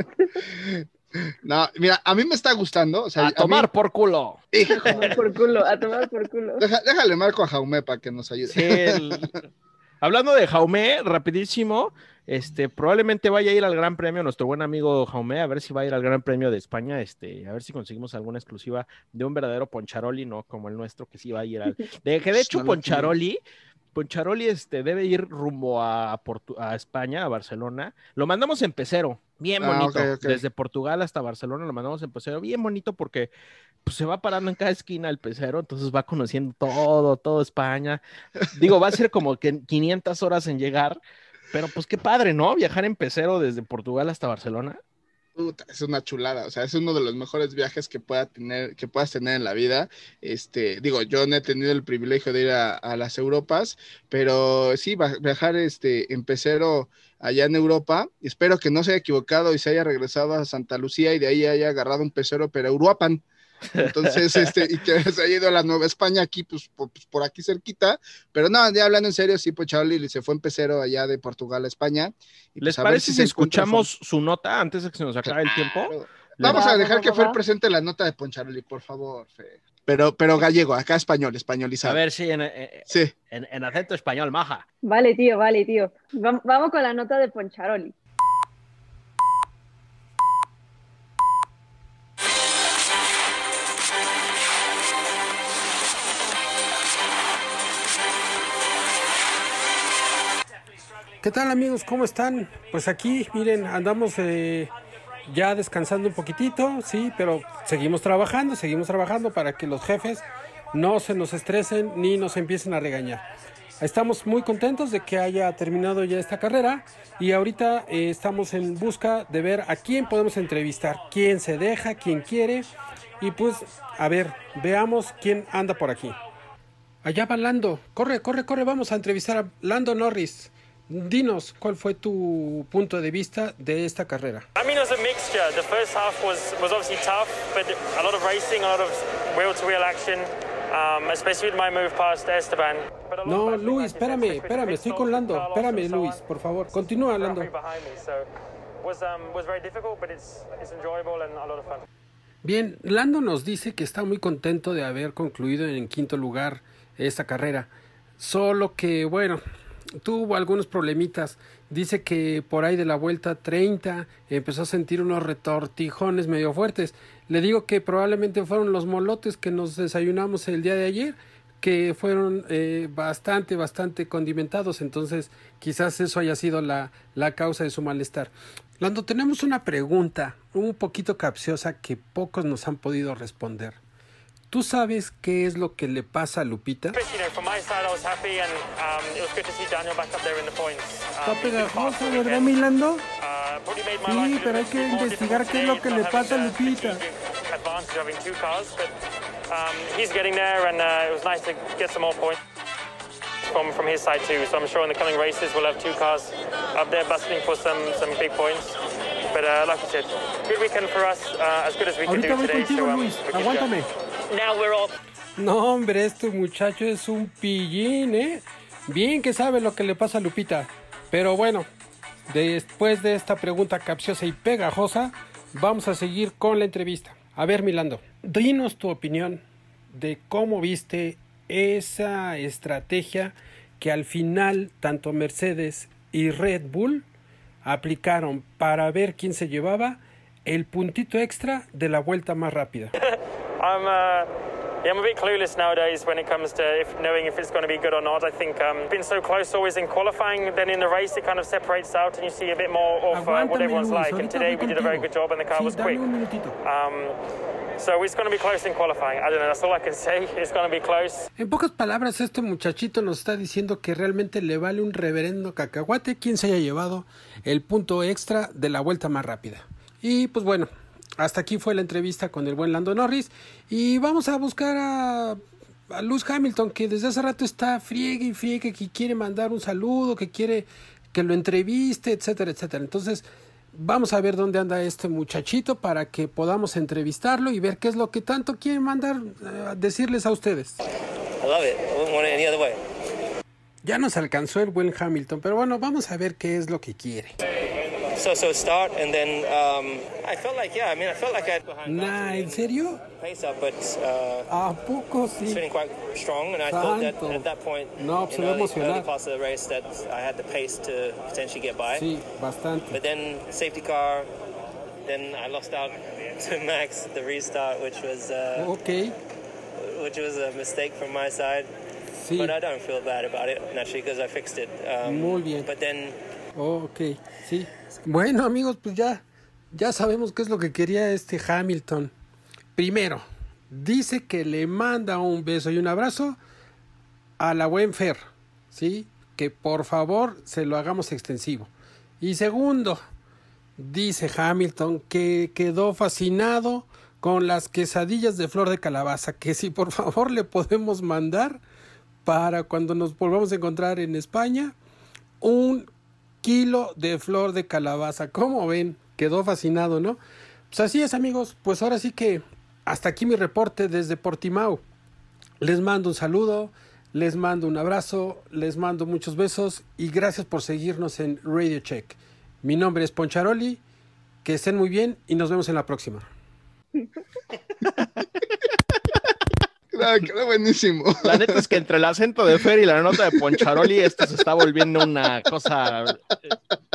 No, mira, a mí me está gustando, o sea, A a tomar mí- por culo. hijo, A tomar por culo, a tomar por culo. deja- déjale marco a Jaume para que nos ayude. Sí, el- Hablando de Jaume, rapidísimo, este, probablemente vaya a ir al Gran Premio, nuestro buen amigo Jaume, a ver si va a ir al Gran Premio de España, este, a ver si conseguimos alguna exclusiva de un verdadero Poncharoli, no como el nuestro, que sí va a ir al... De que de hecho No lo Poncharoli, Poncharoli este, debe ir rumbo a, Portu- a España, a Barcelona. Lo mandamos en pecero, bien Ah, bonito, ok, ok. desde Portugal hasta Barcelona lo mandamos en pecero, bien bonito porque pues, se va parando en cada esquina el pecero, entonces va conociendo todo, todo España. Digo, va a ser como que quinientas horas en llegar, pero pues qué padre, ¿no? Viajar en pecero desde Portugal hasta Barcelona. Puta, es una chulada, o sea, es uno de los mejores viajes que pueda tener, que puedas tener en la vida. Este, digo, yo no he tenido el privilegio de ir a, a las Europas, pero sí, va- viajar este, en pecero allá en Europa, espero que no se haya equivocado y se haya regresado a Santa Lucía y de ahí haya agarrado un pecero, pero a Uruapan. Entonces, este, y que se haya ido a la Nueva España aquí, pues por, pues, por aquí cerquita, pero no, ya hablando en serio, sí, pues Charlie se fue en pecero allá de Portugal a España. Y ¿Les pues a ver parece si si se encuentra escuchamos su nota antes de que se nos acabe el tiempo? Claro. Le- Vamos Va, a va, dejar va, que va, Fer va. presente la nota de Poncharoli, por favor, Fer. Pero, pero gallego, acá español, A españolizado. ver si en, en, Sí. en- en acento español, maja. Vale, tío, vale, tío. Vam- Vamos con la nota de Poncharoli. ¿Qué tal amigos? ¿Cómo están? Pues aquí, miren, andamos eh, ya descansando un poquitito, sí, pero seguimos trabajando, seguimos trabajando para que los jefes no se nos estresen ni nos empiecen a regañar. Estamos muy contentos de que haya terminado ya esta carrera y ahorita eh, estamos en busca de ver a quién podemos entrevistar, quién se deja, quién quiere y pues a ver, veamos quién anda por aquí. Allá va Lando, corre, corre, corre, vamos a entrevistar a Lando Norris. Dinos, ¿cuál fue tu punto de vista de esta carrera? I mean, it was a mixture. The first half was, was obviously tough, but a lot of racing, a lot of wheel-to-wheel action, um, especially with my move past Esteban. But a lot No, of battling Luis, back and espérame, forth with espérame, pit estoy stops con with Lando. Carlos Espérame, and so Luis, on. por favor. Continúa, Lando. Referee behind me, so was um, was very difficult, but it's it's enjoyable and a lot of fun. Bien, Lando nos dice que está muy contento de haber concluido en quinto lugar esta carrera. Solo que, bueno, tuvo algunos problemitas. Dice que por ahí de la vuelta treinta empezó a sentir unos retortijones medio fuertes. Le digo que probablemente fueron los molotes que nos desayunamos el día de ayer, que fueron eh, bastante, bastante condimentados. Entonces quizás eso haya sido la, la causa de su malestar. Lando, tenemos una pregunta un poquito capciosa que pocos nos han podido responder. ¿Tú sabes qué es lo que le pasa a Lupita? But, you know, from my side, I was happy, and um, it was good to see Daniel back up there in the points. Está Um, he's been fast pegajoso, all ¿verdad, weekend. mi Lando? Uh, probably made my Sí, life a pero hay little que bit more investigar difficult qué es lo today que with le not pasa a having the Lupita. strategic advantage of having two cars, but um, he's getting there, and uh, it was nice to get some more points from from his side too. So I'm sure in the coming races we'll have two cars up there battling for some some big points. But uh, like I said, good weekend for us, uh, as good as we can Ahorita do voy today. contigo, So um, Luis. we're good to go. Aguántame. Now we're off. No, hombre, este muchacho es un pillín, ¿eh? Bien que sabe lo que le pasa a Lupita. Pero bueno, después de esta pregunta capciosa y pegajosa, vamos a seguir con la entrevista. A ver, Milando, dinos tu opinión de cómo viste esa estrategia que al final tanto Mercedes y Red Bull aplicaron para ver quién se llevaba el puntito extra de la vuelta más rápida. I'm, uh, yeah, I'm a bit clueless nowadays when it comes to if, knowing if it's going to be good or not. I think um, been so close always in qualifying, then in the race it kind of separates out and you see a bit more of uh, what Aguántame, everyone's Luis, like. And ahorita today voy we did a very contigo. good job and the car Sí, was dame quick. un minutito. Um, so it's going to be close in qualifying. I don't know, that's all I can say. It's going to be close. En pocas palabras, este muchachito nos está diciendo que realmente le vale un reverendo cacahuate quien se haya llevado el punto extra de la vuelta más rápida. Y pues bueno, hasta aquí fue la entrevista con el buen Lando Norris y vamos a buscar a, a Lewis Hamilton, que desde hace rato está friegue y friegue, que quiere mandar un saludo, que quiere que lo entreviste, etcétera, etcétera. Entonces vamos a ver dónde anda este muchachito para que podamos entrevistarlo y ver qué es lo que tanto quiere mandar a uh, decirles a ustedes. I love it. I wouldn't want it any other way. Ya nos alcanzó el buen Hamilton, pero bueno, vamos a ver qué es lo que quiere. so-so start, and then um, I felt like, yeah, I mean, I felt like I had behind Nah, ¿en serio? pace up, but uh, ¿A poco it's sí? feeling quite strong, and I thought that Santo. at that point, No, se in va a early, emocionar. early parts of the race, that I had the pace to potentially get by. Sí, bastante. But then safety car, then I lost out to Max the restart, which was uh, Ok, which was a mistake from my side. sí. But I don't feel bad about it, naturally, because I fixed it. Um, Muy bien. But then, Ok, sí. Bueno, amigos, pues ya, ya sabemos qué es lo que quería este Hamilton. Primero, dice que le manda un beso y un abrazo a la buen Fer, ¿sí? Que por favor se lo hagamos extensivo. Y segundo, dice Hamilton que quedó fascinado con las quesadillas de flor de calabaza, que si por favor le podemos mandar para cuando nos volvamos a encontrar en España, un kilo de flor de calabaza. ¿Cómo ven? Quedó fascinado, ¿no? Pues así es, amigos. Pues ahora sí que hasta aquí mi reporte desde Portimao. Les mando un saludo, les mando un abrazo, les mando muchos besos y gracias por seguirnos en Radio Check. Mi nombre es Poncharoli, que estén muy bien y nos vemos en la próxima. Claro, quedó buenísimo. La neta es que entre el acento de Fer y la nota de Poncharoli, esto se está volviendo una cosa eh,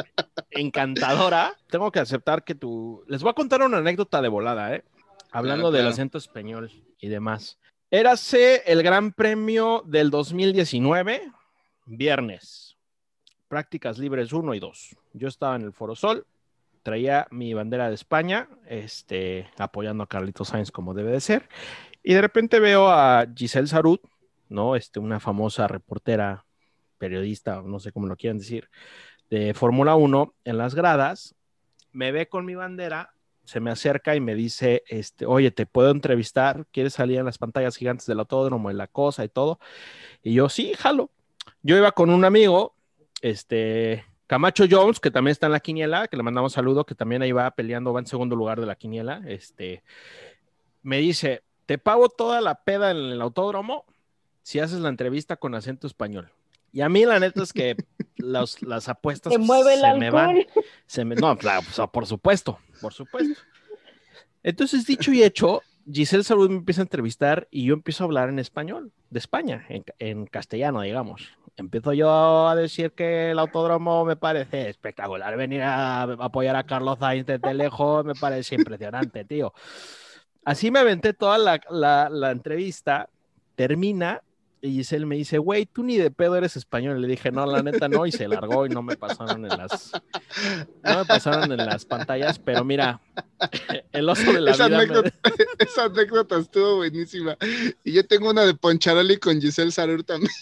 encantadora. Tengo que aceptar que tú... Les voy a contar una anécdota de volada, ¿eh? Hablando Claro, del claro. acento español y demás. Érase el Gran Premio del dos mil diecinueve, viernes. Prácticas libres uno y dos. Yo estaba en el Foro Sol, traía mi bandera de España, este, apoyando a Carlitos Sainz como debe de ser. Y de repente veo a Giselle Sarut, ¿no? Este, una famosa reportera, periodista, no sé cómo lo quieran decir, de Fórmula uno en las gradas. Me ve con mi bandera, se me acerca y me dice, este, oye, ¿te puedo entrevistar? ¿Quieres salir en las pantallas gigantes del autódromo y la cosa y todo? Y yo, sí, jalo. Yo iba con un amigo, este, Camacho Jones, que también está en la quiniela, que le mandamos saludo, que también ahí va peleando, va en segundo lugar de la quiniela. Este, me dice, te pago toda la peda en el autódromo si haces la entrevista con acento español. Y a mí la neta es que los, las apuestas Te mueve el se me van. alcohol. Se me, no, claro, pues, por supuesto, por supuesto. Entonces, dicho y hecho, Giselle Sarut me empieza a entrevistar y yo empiezo a hablar en español, de España, en, en castellano, digamos. Empiezo yo a decir que el autódromo me parece espectacular. Venir a apoyar a Carlos Sainz desde lejos me parece impresionante, tío. Así me aventé toda la, la, la entrevista, termina y Giselle me dice, güey, tú ni de pedo eres español. Le dije, no, la neta no, y se largó y no me pasaron en las no me pasaron en las pantallas, pero mira, el oso de la Esa vida anécdota, me... esa anécdota estuvo buenísima. Y yo tengo una de Poncharoli con Giselle Sarur también.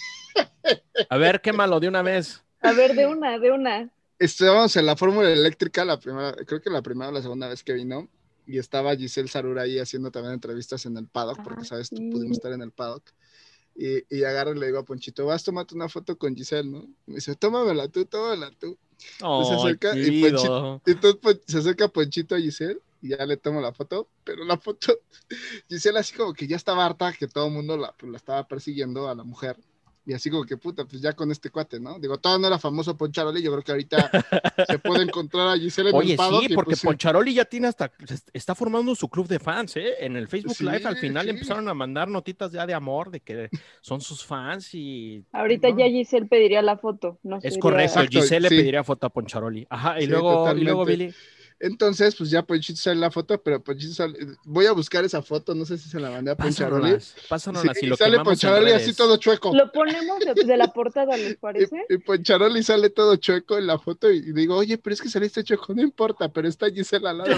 A ver, quémalo de una vez. A ver, de una, de una. Estábamos en la Fórmula Eléctrica, la primera, creo que la primera o la segunda vez que vino, y estaba Giselle Sarur ahí haciendo también entrevistas en el paddock, porque Ah, sabes, tú sí. pudimos estar en el paddock. Y, y agarro y le digo a Ponchito, vas, tómate una foto con Giselle, ¿no? Y me dice, tómamela tú, tómamela tú. Oh, se acerca y chido. Ponchito, y entonces Pon- se acerca Ponchito a Giselle y ya le tomo la foto, pero la foto, Giselle así como que ya estaba harta que todo el mundo la, pues, la estaba persiguiendo a la mujer. Y así como que puta, pues ya con este cuate, ¿no? Digo, todavía no era famoso Poncharoli, yo creo que ahorita se puede encontrar a Giselle en Oye, el paddock. sí, y, porque pues, sí. Poncharoli ya tiene hasta, está formando su club de fans, ¿eh? En el Facebook Sí, Live al final sí. empezaron a mandar notitas ya de amor, de que son sus fans y... Ahorita ¿no? ya Giselle pediría la foto. No Es sería- correcto, Exacto, Giselle sí. le pediría foto a Poncharoli. Ajá, y Sí, luego, y luego totalmente. Billy. Entonces, pues ya Ponchito sale la foto, pero Ponchito sale, voy a buscar esa foto, no sé si se la mandé a Poncharoli. Pásanos, pásanos Sí, y y lo sale quemamos en Poncharoli así redes. todo chueco. Lo ponemos de, de la portada, ¿les parece? Y, y Poncharoli sale todo chueco en la foto y digo, oye, pero es que saliste chueco, no importa, pero está Giselle al lado.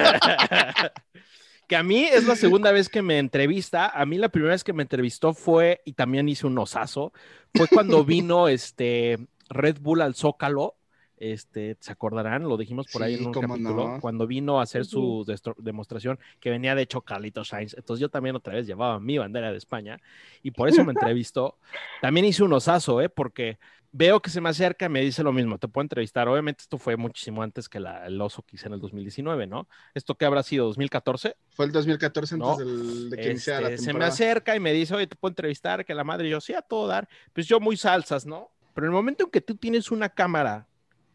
Que a mí es la segunda vez que me entrevista. A mí la primera vez que me entrevistó fue, y también hice un osazo, fue cuando vino este Red Bull al Zócalo. Este, ¿se acordarán? Lo dijimos por ahí Sí, en un cómo capítulo, no. cuando vino a hacer Ujú. su destro- demostración, que venía de hecho Carlitos Sainz. Entonces yo también otra vez llevaba mi bandera de España y por eso me entrevistó. También hice un osazo, ¿eh? Porque veo que se me acerca y me dice lo mismo, te puedo entrevistar. Obviamente esto fue muchísimo antes que la, el oso que hice en el dos mil diecinueve, ¿no? ¿Esto qué habrá sido? ¿dos mil catorce? Fue el dos mil catorce antes No, del- de que Este, iniciara la se me temporada. acerca y me dice, oye, te puedo entrevistar, que la madre, y yo, sí, a todo dar. Pues yo muy salsas, ¿no? Pero en el momento en que tú tienes una cámara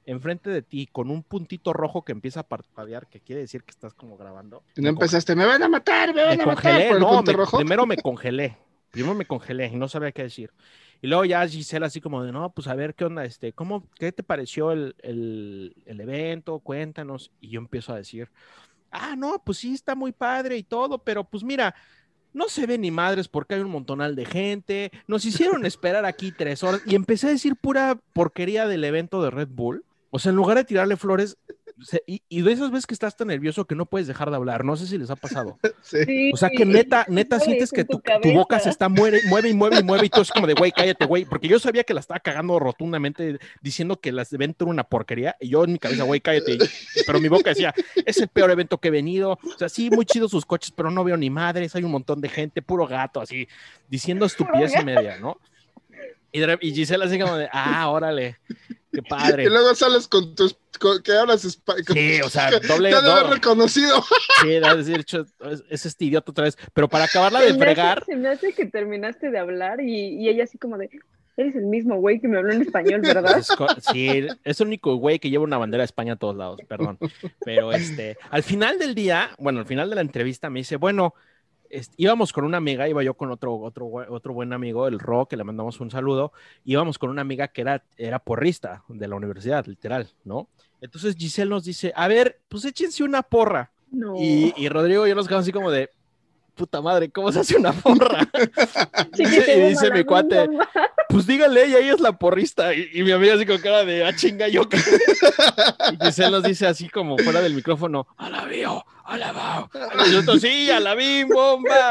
enfrente de ti con un puntito rojo que empieza a parpadear, que quiere decir que estás como grabando. Y no empezaste, me van a matar, me van me a congelé, matar por el no, punto me, rojo. primero me congelé, primero me congelé y no sabía qué decir. Y luego ya Giselle así como de, no, pues a ver, ¿qué onda? Este, ¿cómo, qué te pareció el, el, el evento? Cuéntanos. Y yo empiezo a decir, ah, no, pues sí, está muy padre y todo, pero pues mira, no se ve ni madres porque hay un montonal de gente, nos hicieron esperar aquí tres horas y empecé a decir pura porquería del evento de Red Bull. O sea, en lugar de tirarle flores, se, y, y de esas veces que estás tan nervioso que no puedes dejar de hablar, no sé si les ha pasado. Sí. Sí, O sea, que neta, neta sabes, sientes que en tu, tu tu boca cabeza. se está mueve, mueve y mueve y mueve y tú es como de, güey, cállate, güey, porque yo sabía que la estaba cagando rotundamente diciendo que el evento era una porquería y yo en mi cabeza, güey, cállate, y, pero mi boca decía, es el peor evento que he venido, o sea, sí, muy chidos sus coches, pero no veo ni madres, hay un montón de gente, puro gato, así, diciendo estupidez y media, ¿no? Y, de, y Gisela así como de, ah, órale, qué padre. Y luego sales con tus, con, que hablas español. Sí, o sea, doble, Ya debe haber doble. reconocido. Sí, es decir, es, es este idiota otra vez, pero para acabarla de Se me hace- fregar, Se me hace que terminaste de hablar y, y ella así como de, eres el mismo güey que me habló en español, ¿verdad? Es co- sí, es el único güey que lleva una bandera de España a todos lados, perdón. Pero este, al final del día, bueno, al final de la entrevista me dice, bueno, este, íbamos con una amiga, iba yo con otro, otro, otro buen amigo, el Ro, que le mandamos un saludo, íbamos con una amiga que era, era porrista de la universidad, literal, ¿no? Entonces Giselle nos dice, a ver, pues échense una porra. No. Y, y Rodrigo y yo nos quedamos así como de, puta madre, ¿cómo se hace una porra? Sí, y que dice, se y ve dice mi mala cuate, onda. pues dígale, ella, ella es la porrista. Y, y mi amiga así con cara de, ah, chinga, yo. qué?". Y Giselle nos dice así como fuera del micrófono, alabío, alabao. Y nosotros, sí, alabín, bomba.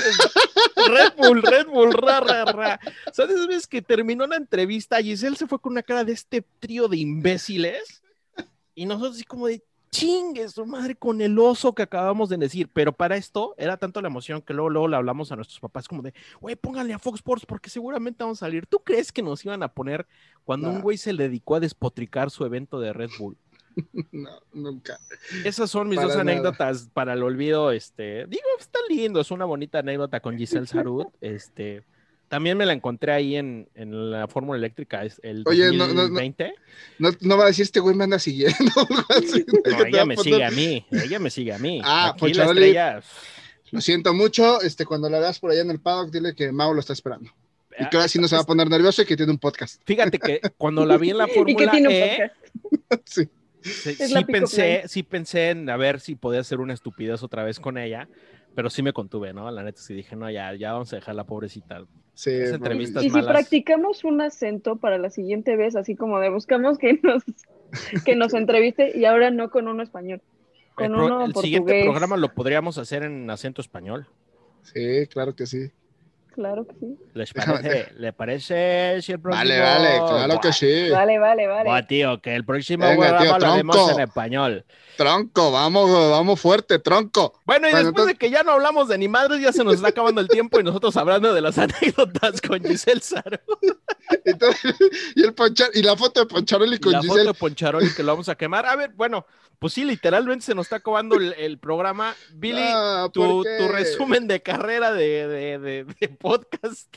Red Bull, Red Bull, ra, ra, ra. ¿Sabes esas veces que terminó la entrevista? Giselle se fue con una cara de este trío de imbéciles. Y nosotros así como de, chingue su madre con el oso que acabamos de decir, pero para esto era tanto la emoción que luego, luego le hablamos a nuestros papás como de, güey, pónganle a Fox Sports porque seguramente vamos a salir. ¿Tú crees que nos iban a poner cuando No. un güey se dedicó a despotricar su evento de Red Bull? No, nunca. Esas son mis Para dos nada. anécdotas para el olvido, este, digo, está lindo, es una bonita anécdota con Giselle Sarud, este, también me la encontré ahí en, en la Fórmula Eléctrica, es el Oye, no, no, no. dos mil veinte. No, no va a decir este güey me anda siguiendo. algo así, No, que te va ella a me poner- sigue a mí, ella me sigue a mí. Ah, Aquí la Poncharoli. estrella... Lo siento mucho. Este, cuando la veas por allá en el paddock, dile que Mau lo está esperando. Y que ahora sí no se va a poner nervioso y que tiene un podcast. Fíjate que cuando la vi en la Y que Fórmula tiene un E, podcast. Sí. sí, Es sí la pick-up pensé, line. sí pensé en a ver si podía hacer una estupidez otra vez con ella, pero sí me contuve, ¿no? La neta sí dije, no, ya, ya vamos a dejar la pobrecita. Sí, Esa bueno, entrevista- Y si malas. practicamos un acento para la siguiente vez, así como de buscamos que nos, que nos entreviste y ahora no con uno español, El, con pro- uno el portugués. siguiente programa lo podríamos hacer en acento español. sí, claro que sí. Claro que sí. ¿Les Déjame- parece? ¿Le parece si el próximo? Vale, vale, claro Buah, que sí. Vale, vale, vale. buah, tío, que el próximo Venga, programa tío, lo haremos tronco. en español. Tronco, vamos, vamos fuerte, tronco. Bueno, y Bueno, después entonces- de que ya no hablamos de ni madres, ya se nos está acabando el tiempo y nosotros hablando de las anécdotas con Giselle Sarud. Entonces, y, el Ponchar, y la foto de Poncharoli Y con la Giselle. foto de Poncharoli que lo vamos a quemar. A ver, bueno, pues sí, literalmente se nos está acabando el, el programa. Billy, Ah, tu, ¿por qué? tu resumen de carrera de, de, de, de podcast.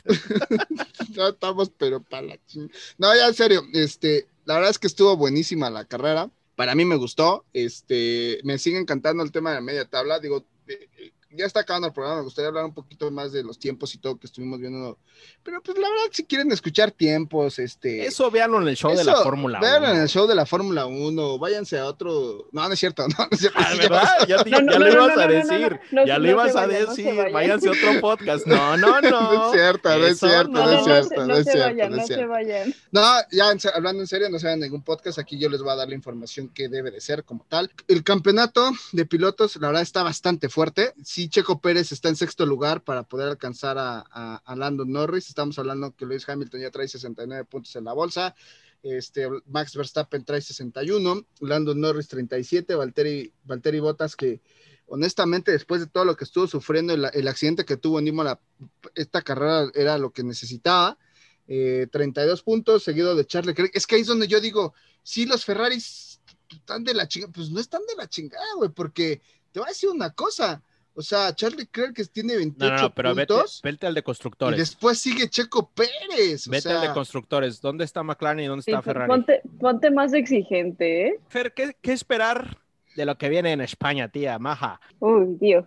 No estamos, pero para la ching... No, ya en serio, este, la verdad es que estuvo buenísima la carrera. Para mí me gustó. Este, me sigue encantando el tema de la media tabla. Digo, eh, eh, ya está acabando el programa. Me gustaría hablar un poquito más de los tiempos y todo que estuvimos viendo. Pero pues la verdad, si quieren escuchar tiempos, este. Eso véanlo en el show de la eso, Fórmula véanlo en uno. el show de la Fórmula uno. Váyanse a otro. No, no es cierto. No, no es cierto. Ah, Sí, ya ¿verdad? vas- Ya, te- No, no, ya no, lo no, ibas no, a no, no, decir. no, no, ya no lo se ibas a vayan, no se decir. vayan. Váyanse a otro podcast. No, no, no. No es cierto, no es Eso cierto, No, no no, es no, cierto, se, no no es se cierto, vayan, no es no se cierto. vayan. No, ya en se- hablando en serio, no se hagan ningún podcast. Aquí yo les voy a dar la información que debe de ser como tal. El campeonato de pilotos, la verdad, está bastante fuerte. Sí, Checo Pérez está en sexto lugar para poder alcanzar a, a, a Lando Norris. Estamos hablando que Lewis Hamilton ya trae sesenta y nueve puntos en la bolsa. Este, Max Verstappen trae sesenta y uno, Lando Norris treinta y siete, Valtteri, Valtteri Bottas, que honestamente después de todo lo que estuvo sufriendo, el, el accidente que tuvo en Imola, esta carrera era lo que necesitaba. Eh, treinta y dos puntos, seguido de Charles Leclerc. Es que ahí es donde yo digo, sí, los Ferraris están de la chingada, pues no están de la chingada, güey, porque te voy a decir una cosa, O sea, Charlie Leclerc que tiene No, veintiocho no, no, pero vete, puntos vete al de y constructores. después sigue Checo Pérez. O Vete sea, al de constructores. ¿Dónde está McLaren y dónde Sí, está Ferrari? ponte, ponte más exigente, ¿eh? Fer, ¿qué, qué esperar de lo que viene en España, tía, maja? Uy, Dios.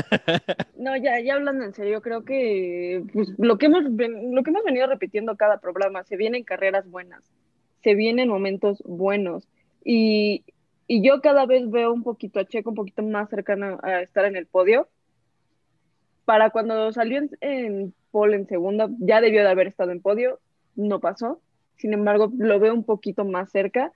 No, ya, ya hablando en serio, creo que pues, lo que hemos ven- lo que hemos venido repitiendo cada programa, se vienen carreras buenas, se vienen momentos buenos. Y, y yo cada vez veo un poquito a Checo un poquito más cercano a estar en el podio. Para cuando salió en, en pole en segunda, ya debió de haber estado en podio, no pasó. Sin embargo, lo veo un poquito más cerca.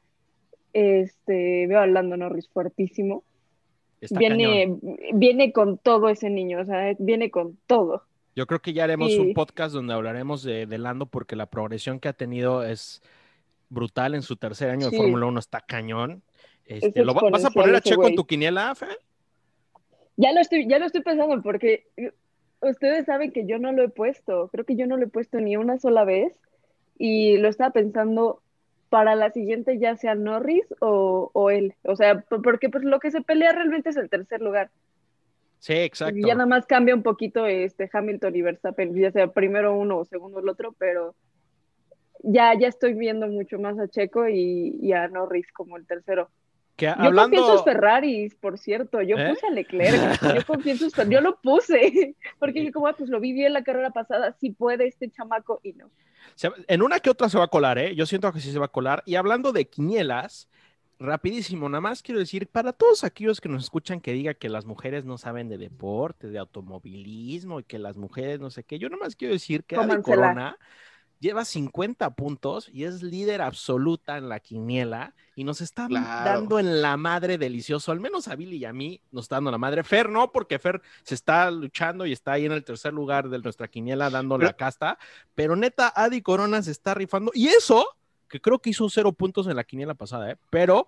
Este, veo a Lando Norris fuertísimo. Está Viene, cañón. viene con todo ese niño, o sea, viene con todo. Yo creo que ya haremos Y- un podcast donde hablaremos de, de Lando porque la progresión que ha tenido es brutal en su tercer año de Sí, Fórmula uno, está cañón. es Este, ¿lo va- ¿Vas a exponencial poner a ese Checo en güey. tu quiniela, Fer? Ya lo estoy, ya lo estoy pensando porque ustedes saben que yo no lo he puesto, creo que yo no lo he puesto ni una sola vez y lo estaba pensando para la siguiente ya sea Norris o, o él, o sea, p- porque pues lo que se pelea realmente es el tercer lugar. Sí, Y ya exacto. nada más cambia un poquito este Hamilton y Verstappen, ya sea primero uno o segundo el otro, pero ya, ya estoy viendo mucho más a Checo y, y a Norris como el tercero. Que Yo confío en sus hablando, Ferraris, por cierto. Yo ¿eh? puse a Leclerc. Yo confío en sus Ferraris. Yo lo puse. Porque dije, como, ah, pues lo vi bien la carrera pasada. Sí puede este chamaco y no. Se- en una que otra se va a colar, ¿eh? Yo siento que sí se va a colar. Y hablando de quinielas, rapidísimo, nada más quiero decir, para todos aquellos que nos escuchan que diga que las mujeres no saben de deporte, de automovilismo y que las mujeres no sé qué, yo nada más quiero decir que Adi Cómansela. Corona lleva cincuenta puntos y es líder absoluta en la quiniela y nos está Claro. dando en la madre delicioso, al menos a Billy y a mí nos está dando la madre. Fer no, porque Fer se está luchando y está ahí en el tercer lugar de nuestra quiniela dando Pero- la casta, pero neta Adi Corona se está rifando y eso, que creo que hizo cero puntos en la quiniela pasada, ¿eh? Pero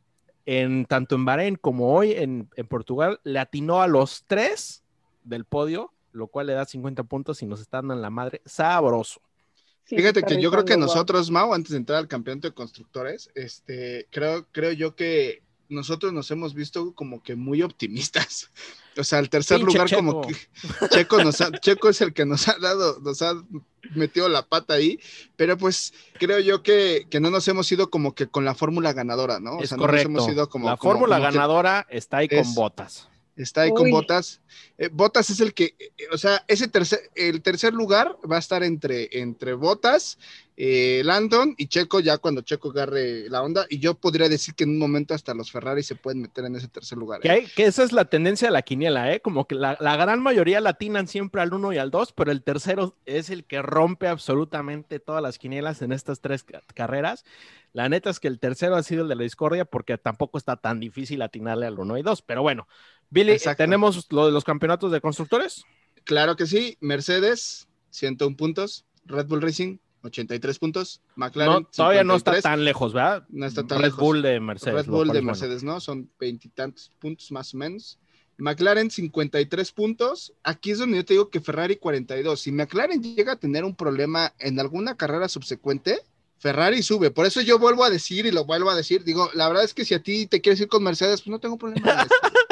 en, tanto en Bahrein como hoy en, en Portugal le atinó a los tres del podio, lo cual le da cincuenta puntos y nos está dando en la madre sabroso. Sí, Fíjate se está que yo creo que rifando, wow. nosotros, Mau, antes de entrar al campeonato de constructores, este, creo, creo yo que nosotros nos hemos visto como que muy optimistas. O sea, el tercer Pinche lugar Checo. como que Checo, nos ha- Checo es el que nos ha dado, nos ha metido la pata ahí, pero pues creo yo que, que no nos hemos ido como que con la fórmula ganadora, ¿no? O Es sea, correcto. no nos hemos ido como la como- fórmula como que ganadora está ahí es- con botas. está ahí con Uy. Botas. Eh, Botas es el que, eh, o sea, ese tercer, el tercer lugar va a estar entre, entre Botas, eh, Landon y Checo, ya cuando Checo agarre la onda, y yo podría decir que en un momento hasta los Ferrari se pueden meter en ese tercer lugar. Que, ¿eh? hay, que esa es la tendencia de la quiniela, ¿eh? Como que la, la gran mayoría la atinan siempre al uno y al dos, pero el tercero es el que rompe absolutamente todas las quinielas en estas tres ca- carreras. La neta es que el tercero ha sido el de la discordia porque tampoco está tan difícil atinarle al uno y dos. Pero bueno, Billy, Exacto. ¿tenemos lo de los campeonatos de constructores? Claro que sí, Mercedes, ciento uno puntos, Red Bull Racing, ochenta y tres puntos, McLaren, No, todavía no está cincuenta y tres, tan lejos, ¿verdad? no está tan Red lejos. Bull de Mercedes. Red lo Bull cual de es bueno. Mercedes, ¿no? Son veintitantos puntos más o menos. McLaren cincuenta y tres puntos. Aquí es donde yo te digo que Ferrari cuarenta y dos. Si McLaren llega a tener un problema en alguna carrera subsecuente, Ferrari sube. Por eso yo vuelvo a decir y lo vuelvo a decir. Digo, la verdad es que si a ti te quieres ir con Mercedes, pues no tengo problema.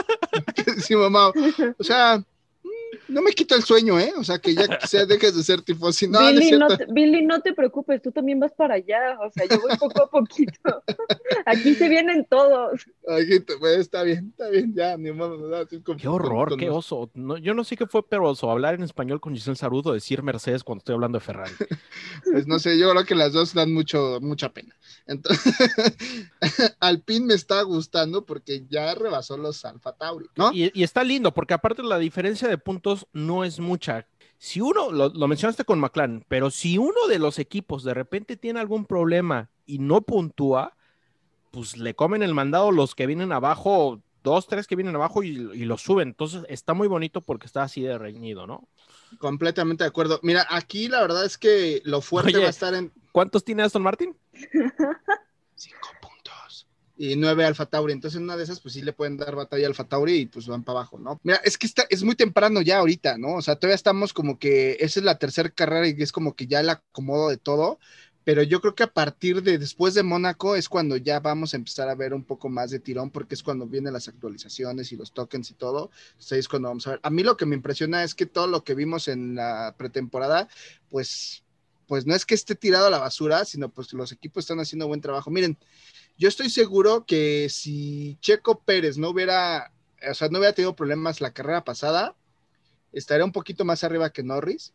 Sí, mamá. O sea, no me quita el sueño, ¿eh? O sea, que ya quizás dejes de ser tifosi. No, no es Billy, no cierto. te, Billy, no te preocupes, tú también vas para allá. O sea, yo voy poco a poquito. Aquí se vienen todos. Ay, pues, está bien, está bien, ya, ni modo. ¿no? Así con- Qué horror, con- con qué los- oso. No, yo no sé qué fue pero oso hablar en español con Giselle Sarudo, decir Mercedes cuando estoy hablando de Ferrari. Pues no sé, yo creo que las dos dan mucho, mucha pena. Entonces, Alpine me está gustando porque ya rebasó los Alfa Tauri, ¿no? Y, y está lindo, porque aparte la diferencia de puntos no es mucha. Si uno, lo, lo mencionaste con McLaren, pero si uno de los equipos de repente tiene algún problema y no puntúa, pues le comen el mandado los que vienen abajo, dos, tres que vienen abajo y, y lo suben. Entonces está muy bonito porque está así de reñido, ¿no? Completamente de acuerdo. Mira, aquí la verdad es que lo fuerte Oye. va a estar en ¿Cuántos tiene Aston Martin? cinco puntos y nueve Alfa Tauri. Entonces, en una de esas, pues sí le pueden dar batalla a Alfa Tauri y pues van para abajo, ¿no? Mira, es que está, es muy temprano ya ahorita, ¿no? O sea, todavía estamos como que esa es la tercera carrera y es como que ya el acomodo de todo. pero yo creo que a partir de después de Mónaco es cuando ya vamos a empezar a ver un poco más de tirón, porque es cuando vienen las actualizaciones y los tokens y todo. Entonces ahí es cuando vamos a ver. A mí lo que me impresiona es que todo lo que vimos en la pretemporada, pues, pues no es que esté tirado a la basura, sino pues los equipos están haciendo buen trabajo. Miren, yo estoy seguro que si Checo Pérez no hubiera, o sea, no hubiera tenido problemas la carrera pasada, estaría un poquito más arriba que Norris.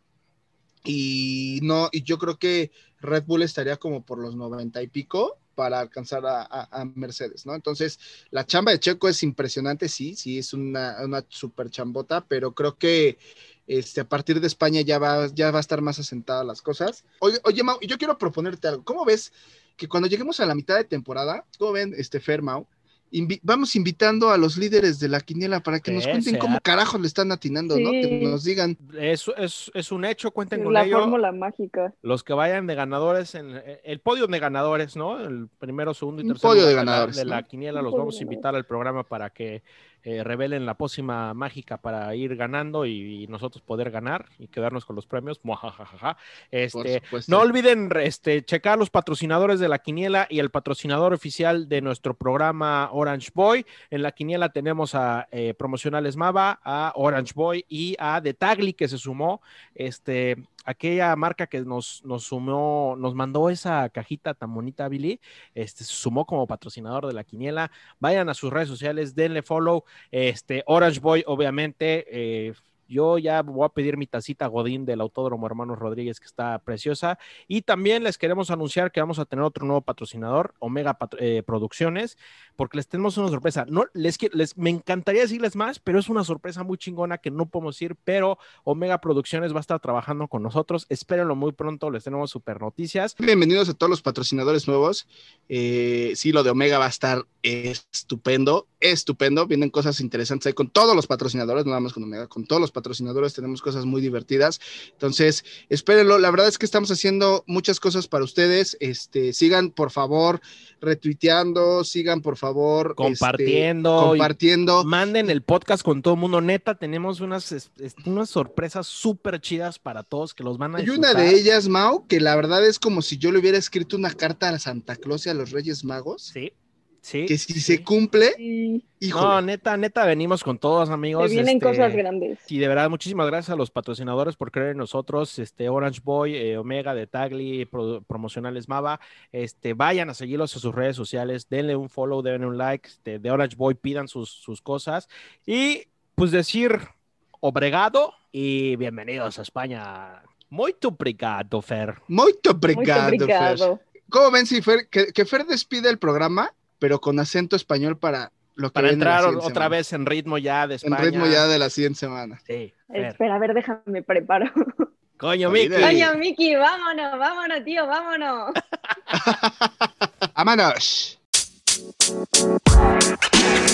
Y no, y yo creo que Red Bull estaría como por los noventa y pico para alcanzar a, a, a Mercedes, ¿no? Entonces, la chamba de Checo es impresionante, sí, sí, es una, una super chambota, pero creo que este, a partir de España ya va, ya va a estar más asentadas las cosas. Oye, oye, Mau, yo quiero proponerte algo. ¿Cómo ves que cuando lleguemos a la mitad de temporada, ¿cómo ven, este Fer, Mau? Invi- vamos invitando a los líderes de la quiniela para que Sí, nos cuenten sea. cómo carajos le están atinando, Sí. ¿no? Que nos digan. Es, es, es un hecho, cuenten con La ello. fórmula mágica. Los que vayan de ganadores en el podio de ganadores, ¿no? El primero, segundo y Un tercer podio lugar de de la, ganadores, de la ¿no? quiniela, Un los podio vamos de a invitar al programa para que eh, revelen la pócima mágica para ir ganando y, y nosotros poder ganar y quedarnos con los premios. Muajajaja. Este, Por supuesto. no olviden este, checar los patrocinadores de la quiniela y el patrocinador oficial de nuestro programa Orange Boy. En la quiniela tenemos a eh, Promocionales Mava, a Orange Boy y a The Tagli, que se sumó, este, aquella marca que nos, nos sumó, nos mandó esa cajita tan bonita, Billy, este, se sumó como patrocinador de la quiniela. Vayan a sus redes sociales, denle follow. Este, Orange Boy, obviamente, eh, yo ya voy a pedir mi tacita Godín del Autódromo Hermanos Rodríguez, que está preciosa. Y también les queremos anunciar que vamos a tener otro nuevo patrocinador, Omega Pat- eh, Producciones, porque les tenemos una sorpresa. No, les, les, me encantaría decirles más, pero es una sorpresa muy chingona que no podemos decir, pero Omega Producciones va a estar trabajando con nosotros. Espérenlo muy pronto, les tenemos super noticias. Bienvenidos a todos los patrocinadores nuevos. Eh, sí, lo de Omega va a estar estupendo, estupendo. Vienen cosas interesantes ahí con todos los patrocinadores, no nada más con Omega, con todos los patrocinadores tenemos cosas muy divertidas. Entonces, espérenlo. La verdad es que estamos haciendo muchas cosas para ustedes. Este, sigan, por favor, retuiteando, sigan, por favor, compartiendo, este, compartiendo. Manden el podcast con todo el mundo. Neta, tenemos unas, es, unas sorpresas súper chidas para todos que los van a disfrutar. Hay una de ellas, Mau, que la verdad es como si yo le hubiera escrito una carta a Santa Claus y a los Reyes Magos. Sí, sí. Que si sí. se cumple, Sí. híjole. No, neta, neta, venimos con todos, amigos. Se vienen este, cosas grandes. Sí, de verdad, muchísimas gracias a los patrocinadores por creer en nosotros. Este, Orange Boy, eh, Omega, de Tagli, Pro, Promocionales Mava. Este, vayan a seguirlos a sus redes sociales, denle un follow, denle un like. Este, de Orange Boy, pidan sus, sus cosas. Y pues decir obregado y bienvenidos a España. Muy obrigado, Fer. Muy obrigado, Muy Fer. ¿Cómo ven si Fer, que, que Fer despide el programa, pero con acento español para lo que Para viene entrar la otra semana? vez en ritmo ya de España. En ritmo ya de la siguiente semana. Sí, Fer. Espera, a ver, déjame preparo. Coño, Olvídate. Miki. Coño, Miki, vámonos, vámonos, tío, vámonos. ¡Vámonos!